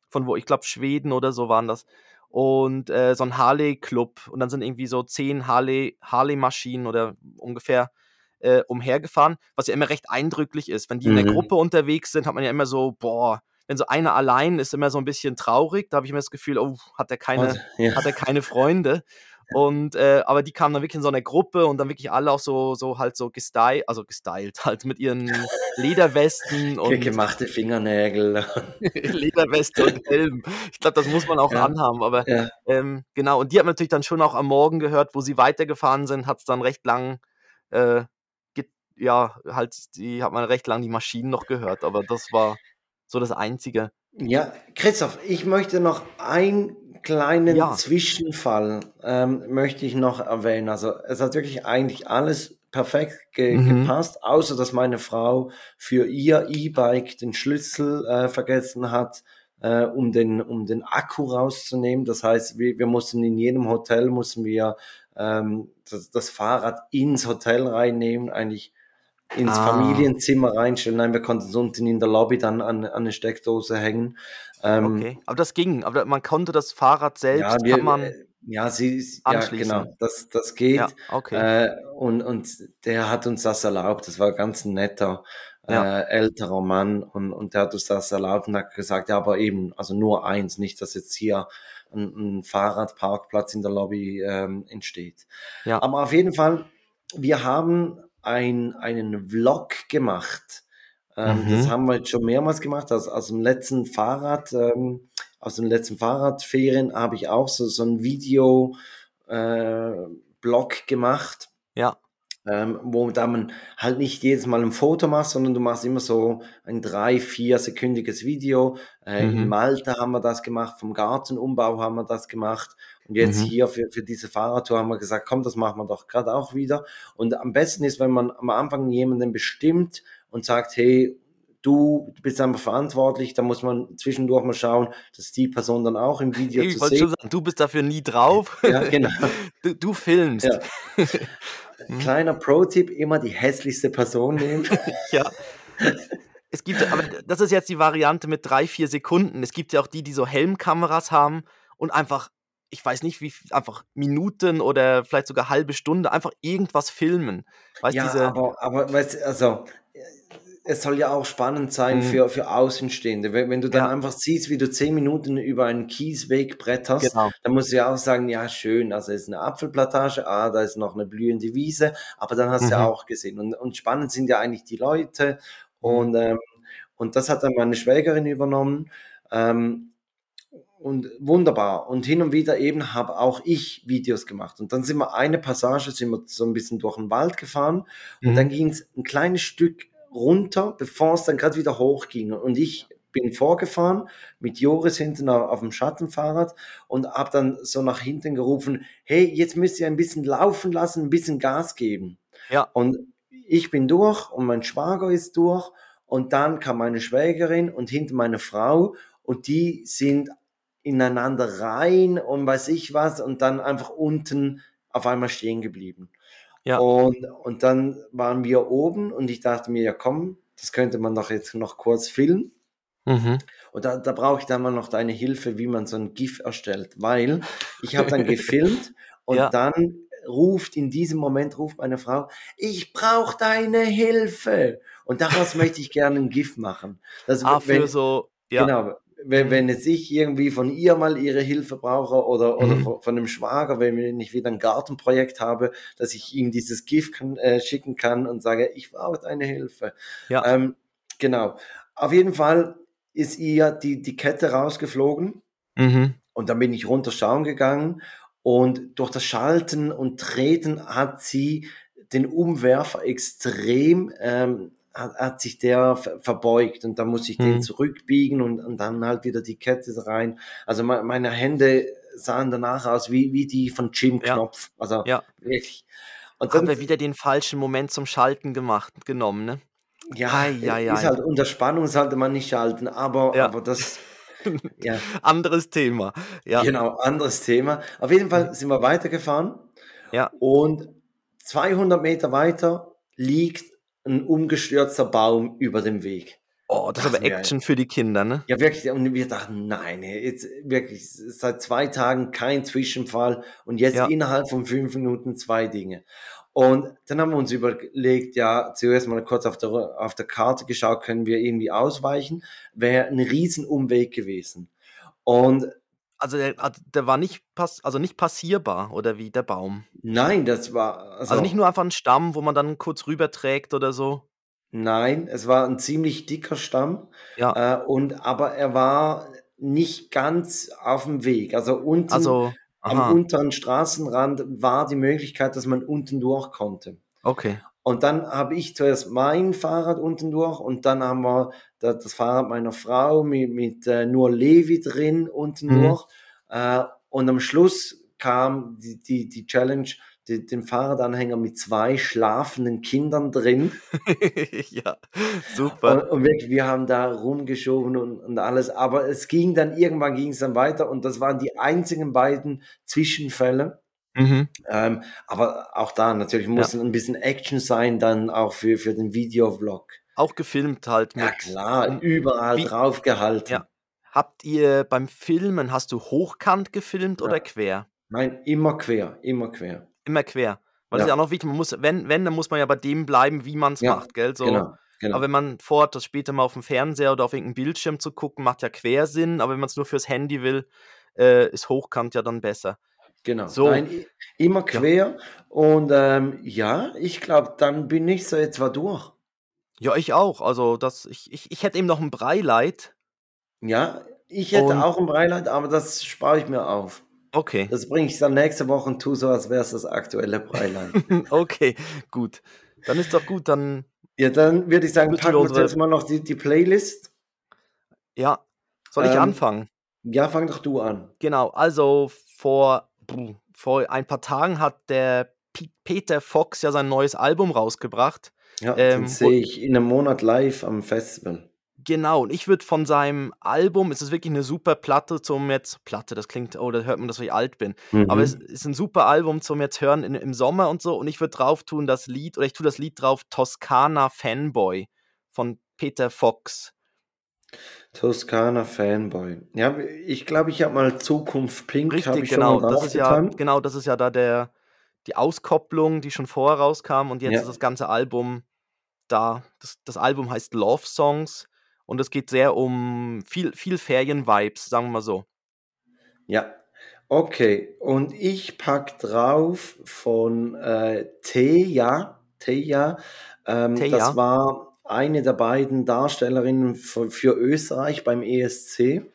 von wo, ich glaube Schweden oder so waren das. Und äh, so ein Harley-Club. Und dann sind irgendwie so zehn Harley, Harley-Maschinen oder ungefähr äh, umhergefahren, was ja immer recht eindrücklich ist. Wenn die in der Mhm. Gruppe unterwegs sind, hat man ja immer so, boah, wenn so einer allein ist, immer so ein bisschen traurig. Da habe ich immer das Gefühl, oh, hat er keine, Also, ja. hat er keine Freunde. Und äh, aber die kamen dann wirklich in so einer Gruppe und dann wirklich alle auch so, so halt so gestylt, also gestylt, halt mit ihren Lederwesten Ge- und Gemachte Fingernägel. Lederweste und Helm. Ich glaube, das muss man auch Ja, anhaben, aber ja. ähm, genau. Und die hat man natürlich dann schon auch am Morgen gehört, wo sie weitergefahren sind, hat es dann recht lang, äh, ge- ja, halt, die hat man recht lang die Maschinen noch gehört, aber das war so das Einzige. Ja, Christoph, ich möchte noch einen kleinen Ja. Zwischenfall ähm, möchte ich noch erwähnen. Also es hat wirklich eigentlich alles perfekt ge Mhm. gepasst, außer dass meine Frau für ihr E-Bike den Schlüssel äh, vergessen hat, äh, um den um den Akku rauszunehmen. Das heißt, wir, wir mussten in jedem Hotel mussten wir ähm, das, das Fahrrad ins Hotel reinnehmen, eigentlich ins Ah, Familienzimmer reinstellen. Nein, wir konnten es unten in der Lobby dann an, an eine Steckdose hängen. Ähm, okay. Aber das ging. Aber man konnte das Fahrrad ja, selbst, kann wir, man äh, ja, sie, sie- ja, anschließen. genau, das, das Ja, geht. okay. Äh, und, und der hat uns das erlaubt. Das war ganz ein netter, Ja, äh, älterer Mann und, und der hat uns das erlaubt und hat gesagt, ja, aber eben, also nur eins, nicht, dass jetzt hier ein, ein Fahrradparkplatz in der Lobby ähm, entsteht. ja. Aber auf jeden Fall, wir haben ein, einen Vlog gemacht. Ähm, das Mhm. haben wir jetzt schon mehrmals gemacht. Aus, aus dem letzten Fahrrad, ähm, aus den letzten Fahrradferien habe ich auch so, so ein Video äh, Blog gemacht, Ja. ähm, wo da man halt nicht jedes Mal ein Foto macht, sondern du machst immer so ein drei, vier sekündiges Video. Äh, in Mhm. Malta haben wir das gemacht, vom Gartenumbau haben wir das gemacht. Und jetzt Mhm. hier für, für diese Fahrradtour haben wir gesagt, komm, das machen wir doch gerade auch wieder. Und am besten ist, wenn man am Anfang jemanden bestimmt und sagt, hey, du bist einfach verantwortlich, da muss man zwischendurch mal schauen, dass die Person dann auch im Video Ich zu wollte sehen schon sagen, du bist dafür nie drauf. ist. Ja, genau. Du, du filmst. Ja. Hm? Kleiner Pro-Tipp, immer die hässlichste Person nehmen. Ja. Es gibt, aber das ist jetzt die Variante mit drei, vier Sekunden. Es gibt ja auch die, die so Helmkameras haben und einfach, ich weiß nicht, wie viel- einfach Minuten oder vielleicht sogar halbe Stunde einfach irgendwas filmen. Weißt Ja, diese. aber, aber weißt, du, also äh, es soll ja auch spannend sein Hm, für, für Außenstehende. Wenn, wenn du dann ja, einfach siehst, wie du zehn Minuten über einen Kiesweg bretterst, genau. dann musst du ja auch sagen, ja schön, also es ist eine Apfelplantage, ah, da ist noch eine blühende Wiese, aber dann hast du ja Mhm. auch gesehen. Und, und spannend sind ja eigentlich die Leute Mhm. und, ähm, und das hat dann meine Schwägerin übernommen. Ähm, Und wunderbar. Und hin und wieder eben habe auch ich Videos gemacht. Und dann sind wir eine Passage, sind wir so ein bisschen durch den Wald gefahren. Und dann Mhm. ging es ein kleines Stück runter, bevor es dann gerade wieder hochging. Und ich bin vorgefahren mit Joris hinten auf, auf dem Schattenfahrrad und habe dann so nach hinten gerufen, hey, jetzt müsst ihr ein bisschen laufen lassen, ein bisschen Gas geben. Ja, Und ich bin durch und mein Schwager ist durch. Und dann kam meine Schwägerin und hinter meine Frau und die sind ineinander rein und weiß ich was und dann einfach unten auf einmal stehen geblieben. ja. Und, und dann waren wir oben und ich dachte mir, ja komm, das könnte man doch jetzt noch kurz filmen. Mhm. Und da, da brauche ich dann mal noch deine Hilfe, wie man so ein GIF erstellt, weil ich habe dann gefilmt und Ja. dann ruft in diesem Moment ruft meine Frau, ich brauche deine Hilfe. Und daraus möchte ich gerne ein GIF machen. Das, Ah, für wenn, so, ja. Genau, wenn, Mhm. wenn jetzt ich irgendwie von ihr mal ihre Hilfe brauche oder, oder Mhm. von, von einem Schwager, wenn ich wieder ein Gartenprojekt habe, dass ich ihm dieses GIF kann, äh, schicken kann und sage, ich brauche deine Hilfe. Ja. Ähm, genau. Auf jeden Fall ist ihr die, die Kette rausgeflogen Mhm. und dann bin ich runter schauen gegangen und durch das Schalten und Treten hat sie den Umwerfer extrem, ähm, hat, hat sich der ver- verbeugt und dann muss ich den Mhm. zurückbiegen und, und dann halt wieder die Kette rein. Also me- meine Hände sahen danach aus wie, wie die von Jim Ja. Knopf. Also Ja. wirklich. Und Haben dann, wir wieder den falschen Moment zum Schalten gemacht, genommen, ne? ja, Hei, hei, ist hei. halt unter Spannung sollte man nicht schalten, aber, Ja. aber das, ja. Anderes Thema. Ja. Genau, anderes Thema. Auf jeden Mhm. Fall sind wir weitergefahren Ja. und zweihundert Meter weiter liegt ein umgestürzter Baum über dem Weg. Oh, das ist aber dachten wir, Action für die Kinder, ne? ja wirklich, und wir dachten, nein, jetzt wirklich seit zwei Tagen kein Zwischenfall und jetzt Ja. innerhalb von fünf Minuten zwei Dinge. Und dann haben wir uns überlegt, ja, zuerst mal kurz auf der, auf der Karte geschaut, können wir irgendwie ausweichen, wäre ein Riesenumweg gewesen. Und Also der, also der war nicht pass also nicht passierbar oder wie der Baum? nein, das war, Also nicht also nur einfach ein Stamm, wo man dann kurz rüberträgt oder so? nein, es war ein ziemlich dicker Stamm, Ja, äh, und aber er war nicht ganz auf dem Weg. Also unten also am aha, unteren Straßenrand war die Möglichkeit, dass man unten durch konnte. okay. Und dann habe ich zuerst mein Fahrrad unten durch und dann haben wir da das Fahrrad meiner Frau mit, mit äh, nur Levi drin unten Mhm. durch. Äh, und am Schluss kam die, die, die Challenge, die, den Fahrradanhänger mit zwei schlafenden Kindern drin. Ja, super. Und, und wirklich, wir haben da rumgeschoben und, und alles. Aber es ging dann, irgendwann ging es dann weiter und das waren die einzigen beiden Zwischenfälle. Mhm. Ähm, aber auch da natürlich Ja. muss ein bisschen Action sein, dann auch für, für den Videovlog. Auch gefilmt halt Ja mit klar, um überall wie drauf ja. gehalten. Habt ihr beim Filmen hast du hochkant gefilmt oder Ja. quer? Nein, immer quer, immer quer. Immer quer. Weil das ist ja auch Ja, noch wichtig, man muss wenn wenn, dann muss man ja bei dem bleiben, wie man's ja, macht, gell, so. genau, Aber genau, wenn man vorhat, das später mal aufm Fernseher oder auf irgend 'n Bildschirm zu gucken, macht ja quer Sinn, aber wenn man's nur fürs Handy will, äh, ist hochkant ja dann besser. genau. So, Nein, i immer ja. quer und, ähm, ja, ich glaube, dann bin ich so etwa durch. Ja, ich auch. Also, das ich ich ich hätte eben noch 'n Breileid Ja, ich hätte und auch 'n Breileid, aber das spare ich mir auf. okay. Das bringe ich dann nächste Woche und tue so, als wäre es das aktuelle Breileid. Okay, gut. Dann ist doch gut, dann Ja, dann würde ich sagen, müssen wir packen wir unsere zuerst mal noch die die Playlist. ja. Soll ich Ähm, anfangen? ja, fang doch du an. Genau, also vor puh, vor ein paar Tagen hat der Pi Peter Fox ja sein neues Album rausgebracht. Ja, den Ähm, wo sehe ich in 'nem Monat live am Festival. genau, und ich würde von seinem Album es ist wirklich 'ne super Platte zum jetzt Platte, das klingt oh, da hört man, dass ich alt bin. Aber es Mhm. ist 'n super Album zum jetzt hören in im Sommer und so und ich würde drauf tun das Lied oder ich tue das Lied drauf „Toskana Fanboy“ von Peter Fox. Toskana Fanboy. Ja, ich glaube, ich habe mal Zukunft Pink habe Richtig, ich schon mal genau. Das ist ja draufgetan. genau, das ist ja da der die Auskopplung, die schon vorher rauskam und jetzt ist Ja, das ganze Album da. Das das Album heißt „Love Songs“ und es geht sehr um viel viel Ferien-Vibes, sagen wir mal so. ja. Okay, und ich pack drauf von, äh, Teja Teja. Ähm, das Teja, war eine der beiden Darstellerinnen für für Österreich beim E S C.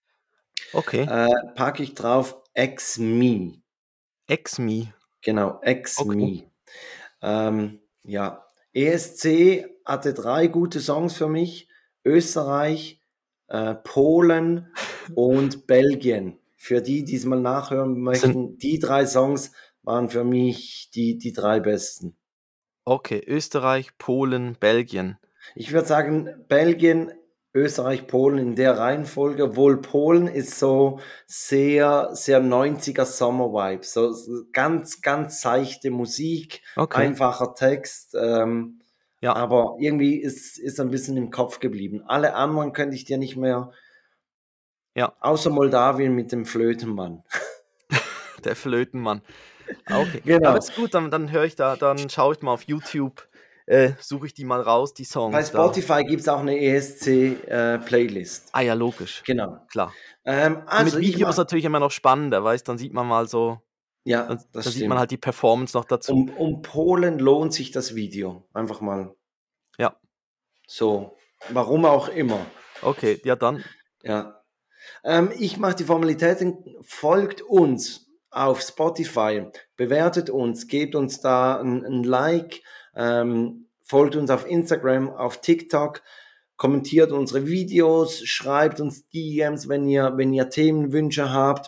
okay. Äh, packe ich drauf Ex Me. Ex-Me, Genau, Ex okay. Me. Ähm, ja, E S C hatte drei gute Songs für mich: Österreich, äh, Polen und Belgien. Für die, die's mal nachhören Sind möchten, die drei Songs waren für mich die die drei besten. okay, Österreich, Polen, Belgien. Ich würde sagen, Belgien, Österreich, Polen in der Reihenfolge, obwohl Polen ist so sehr, sehr neunziger Sommer-Vibes, so so ganz, ganz seichte Musik, Okay, einfacher Text, ähm, ja, aber irgendwie ist ist ein bisschen im Kopf geblieben. Alle anderen könnte ich dir nicht mehr, ja, außer Moldawien mit dem Flötenmann. der Flötenmann. Ah, okay. Ja, aber Genau. ist gut, dann dann höre ich da dann schaue ich mal auf YouTube, äh, suche ich die mal raus, die Bei Songs da. Spotify gibt's auch 'ne E S C, äh, Playlist. Ah ja, logisch, Genau. klar. Ähm, Und also mit ich Video ist mache, natürlich immer noch spannender, weißt, dann sieht man mal so dann ja, dann das sieht man stimmt. halt die Performance noch dazu. Um um Polen lohnt sich das Video. Einfach mal Ja, so, warum auch immer, okay, ja dann ja. Ähm, ich mache die Formalitäten. Folgt uns auf Spotify, bewertet uns, gebt uns da ein 'n Like, ähm, folgt uns auf Instagram, auf TikTok, kommentiert unsere Videos, schreibt uns D Ms, wenn ihr wenn ihr Themenwünsche habt.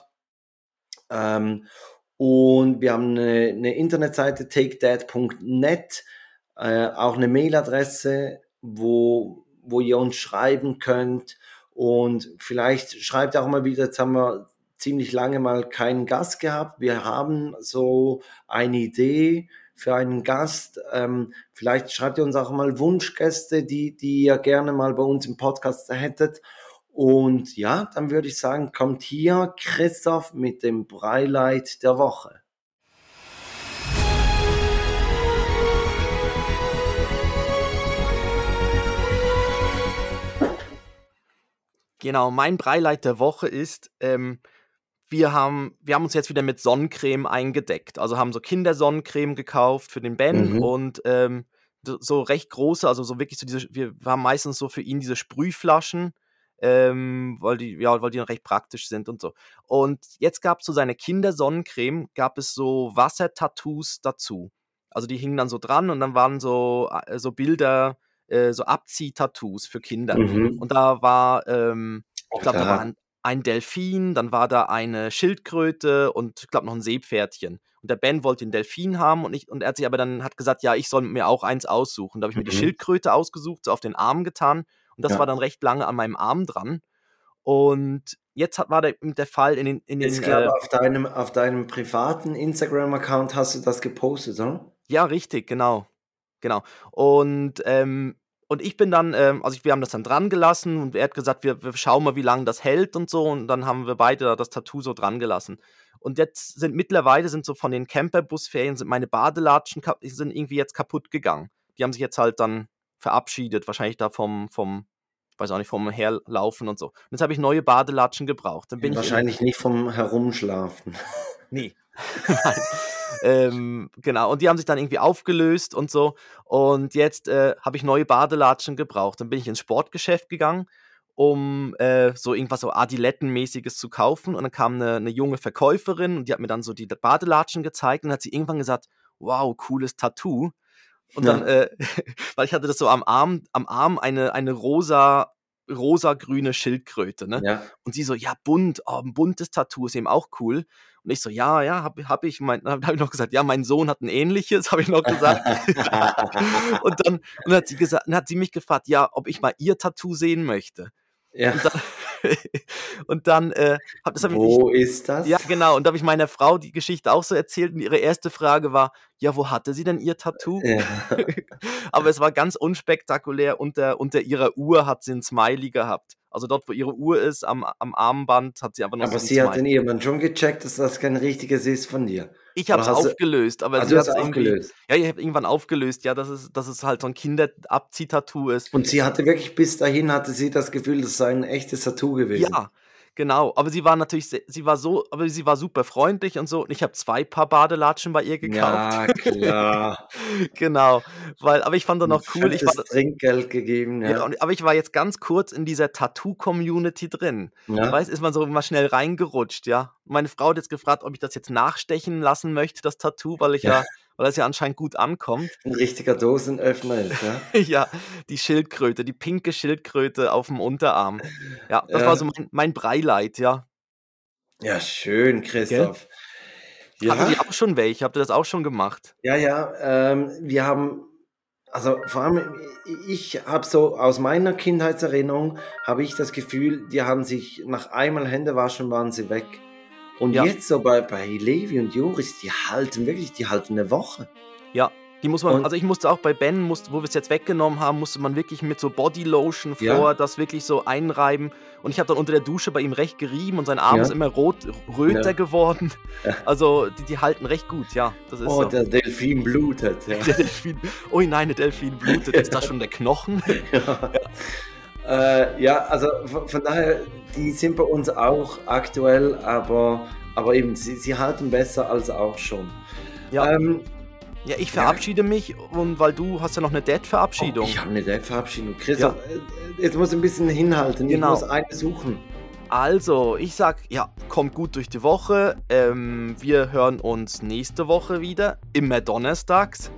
Ähm, und wir haben eine 'ne Internetseite takedad punkt net, äh, auch eine Mailadresse, wo wo ihr uns schreiben könnt. Und vielleicht schreibt auch mal wieder, jetzt haben wir ziemlich lange mal keinen Gast gehabt. Wir haben so eine Idee für einen Gast. Ähm, vielleicht schreibt ihr uns auch mal Wunschgäste, die, die ihr gerne mal bei uns im Podcast hättet. Und ja, dann würde ich sagen, kommt hier Christoph mit dem Breileid der Woche. Genau, mein Breileid der Woche ist, ähm, wir haben, wir haben uns jetzt wieder mit Sonnencreme eingedeckt. Also haben so Kindersonnencreme gekauft für den Ben Mhm. und ähm, so, so recht große, also so wirklich so diese, wir haben meistens so für ihn diese Sprühflaschen, ähm, weil die, ja, weil die noch recht praktisch sind und so. Und jetzt gab es so seine Kindersonnencreme, gab es so Wassertattoos dazu. Also die hingen dann so dran und dann waren so, äh, so Bilder, äh, so Abziehtattoos für Kinder. Mhm. Und da war, ähm, ich Oh, glaube, da war da, ein, ein Delfin, dann war da eine Schildkröte und ich glaube noch ein Seepferdchen. Und der Ben wollte den Delfin haben und, ich, und er hat sich aber dann hat gesagt, ja, ich soll mir auch eins aussuchen. Da habe ich mir die mhm. Schildkröte ausgesucht, so auf den Arm getan und das Ja. war dann recht lange an meinem Arm dran. Und jetzt hat, war der, der Fall in den, in Ich den glaube, äh, auf deinem, auf deinem privaten Instagram-Account hast du das gepostet, oder? ja, richtig, genau. Genau. Und, ähm, und ich bin dann, ähm, also ich, wir haben das dann dran gelassen und er hat gesagt, wir, wir schauen mal, wie lange das hält und so. Und dann haben wir beide da das Tattoo so dran gelassen. Und jetzt sind mittlerweile sind so von den Camperbusferien sind meine Badelatschen kap- sind irgendwie jetzt kaputt gegangen. Die haben sich jetzt halt dann verabschiedet, wahrscheinlich da vom, vom, weiß auch nicht, vom Herlaufen und so. Und jetzt habe ich neue Badelatschen gebraucht. Dann bin ich in, Wahrscheinlich nicht vom Herumschlafen. Nee. Nein. Ähm, genau, und die haben sich dann irgendwie aufgelöst und so. Und jetzt äh, habe ich neue Badelatschen gebraucht. Dann bin ich ins Sportgeschäft gegangen, um äh, so irgendwas so Adilettenmäßiges zu kaufen. Und dann kam eine, eine junge Verkäuferin und die hat mir dann so die Badelatschen gezeigt und hat sie irgendwann gesagt, wow, cooles Tattoo. Und dann, Ja. äh, weil ich hatte das so am Arm, am Arm eine, eine rosa, rosa-grüne Schildkröte, ne? Ja. Und sie so, ja, bunt, oh, ein buntes Tattoo ist eben auch cool. Und ich so, ja, ja, hab, hab ich, mein, hab, hab ich noch gesagt, ja, mein Sohn hat ein ähnliches, habe ich noch gesagt. und dann, und dann hat sie gesagt, dann hat sie mich gefragt, ja, ob ich mal ihr Tattoo sehen möchte. Ja. Und dann, und dann äh, hab, das hab ich, Wo ist das? ja, genau. Und da habe ich meiner Frau die Geschichte auch so erzählt. Und ihre erste Frage war, ja, wo hatte sie denn ihr Tattoo? Ja. Aber es war ganz unspektakulär. Unter, unter ihrer Uhr hat sie ein Smiley gehabt. Also dort, wo ihre Uhr ist, am, am Armband, hat sie einfach noch Aber so ein sie hat Smiley. dann irgendwann schon gecheckt, dass das kein richtiges ist von dir. Ich habe es Oder hast du- aufgelöst, aber Ah, sie du hat hast es irgendwie. aufgelöst. Ja, ich habe irgendwann aufgelöst, ja, dass es, dass es halt so ein Kinderabziehtattoo ist. Und sie hatte wirklich bis dahin, hatte sie das Gefühl, das sei ein echtes Tattoo gewesen. Ja, genau. Aber sie war natürlich, se- sie war so, aber sie war super freundlich und so. Und ich habe zwei Paar Badelatschen bei ihr gekauft. Ja, klar. Genau, weil, aber ich fand dann Ein auch cool. Ich war, fettes Trinkgeld gegeben, ja, ja. und, aber ich war jetzt ganz kurz in dieser Tattoo-Community drin. Ja. Weißt, ist man so mal schnell reingerutscht, ja. Meine Frau hat jetzt gefragt, ob ich das jetzt nachstechen lassen möchte, das Tattoo, weil ich ja, Ja. weil das ja anscheinend gut ankommt. Ein richtiger Dosenöffner ist, ja. Ja, die Schildkröte, die pinke Schildkröte auf dem Unterarm. Ja, das Ja. war so mein, mein Breileid, ja. Ja, schön, Christoph. Hattet Ja, ihr auch schon welche? Habt ihr das auch schon gemacht? ja, ja. Ähm, wir haben, also vor allem, ich habe so aus meiner Kindheitserinnerung, habe ich das Gefühl, die haben sich nach einmal Hände waschen, waren sie weg. Und Ja. jetzt so bei, bei Levi und Joris, die halten wirklich, die halten eine Woche. Ja, die muss man, Und- also ich musste auch bei Ben, musste, wo wir es jetzt weggenommen haben, musste man wirklich mit so Bodylotion Ja. vor das wirklich so einreiben. Und ich habe dann unter der Dusche bei ihm recht gerieben und sein Arm Ja. ist immer rot, röter Ja. geworden. Ja. Also die, die halten recht gut, ja. Das ist Oh, so. der Delfin blutet. Ja. Der Delfin. Oh nein, der Delfin blutet. Ist das schon der Knochen? Ja. Äh, ja, also von, von daher, die sind bei uns auch aktuell, aber, aber eben, sie, sie halten besser als auch schon. Ja. Ähm, Ja, ich verabschiede mich und weil du hast ja noch eine Date-Verabschiedung. Oh, ich habe eine Date-Verabschiedung. Christoph, äh, jetzt muss ich ein bisschen hinhalten. Genau. Ich muss eine suchen. Also, ich sag, ja, kommt gut durch die Woche. Ähm, wir hören uns nächste Woche wieder, immer donnerstags.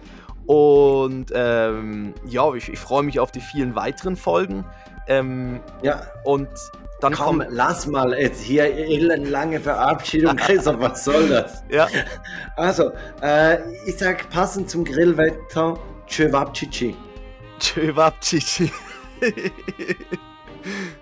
Und ähm, ja, ich, ich freue mich auf die vielen weiteren Folgen. Ähm, Ja, und dann komm, kommt. lass mal jetzt hier ellenlange Verabschiedung. Christoph, was soll das? Ja, Also, äh, ich sag passend zum Grillwetter, Tschö Wapchichi. tschö, wapchichi.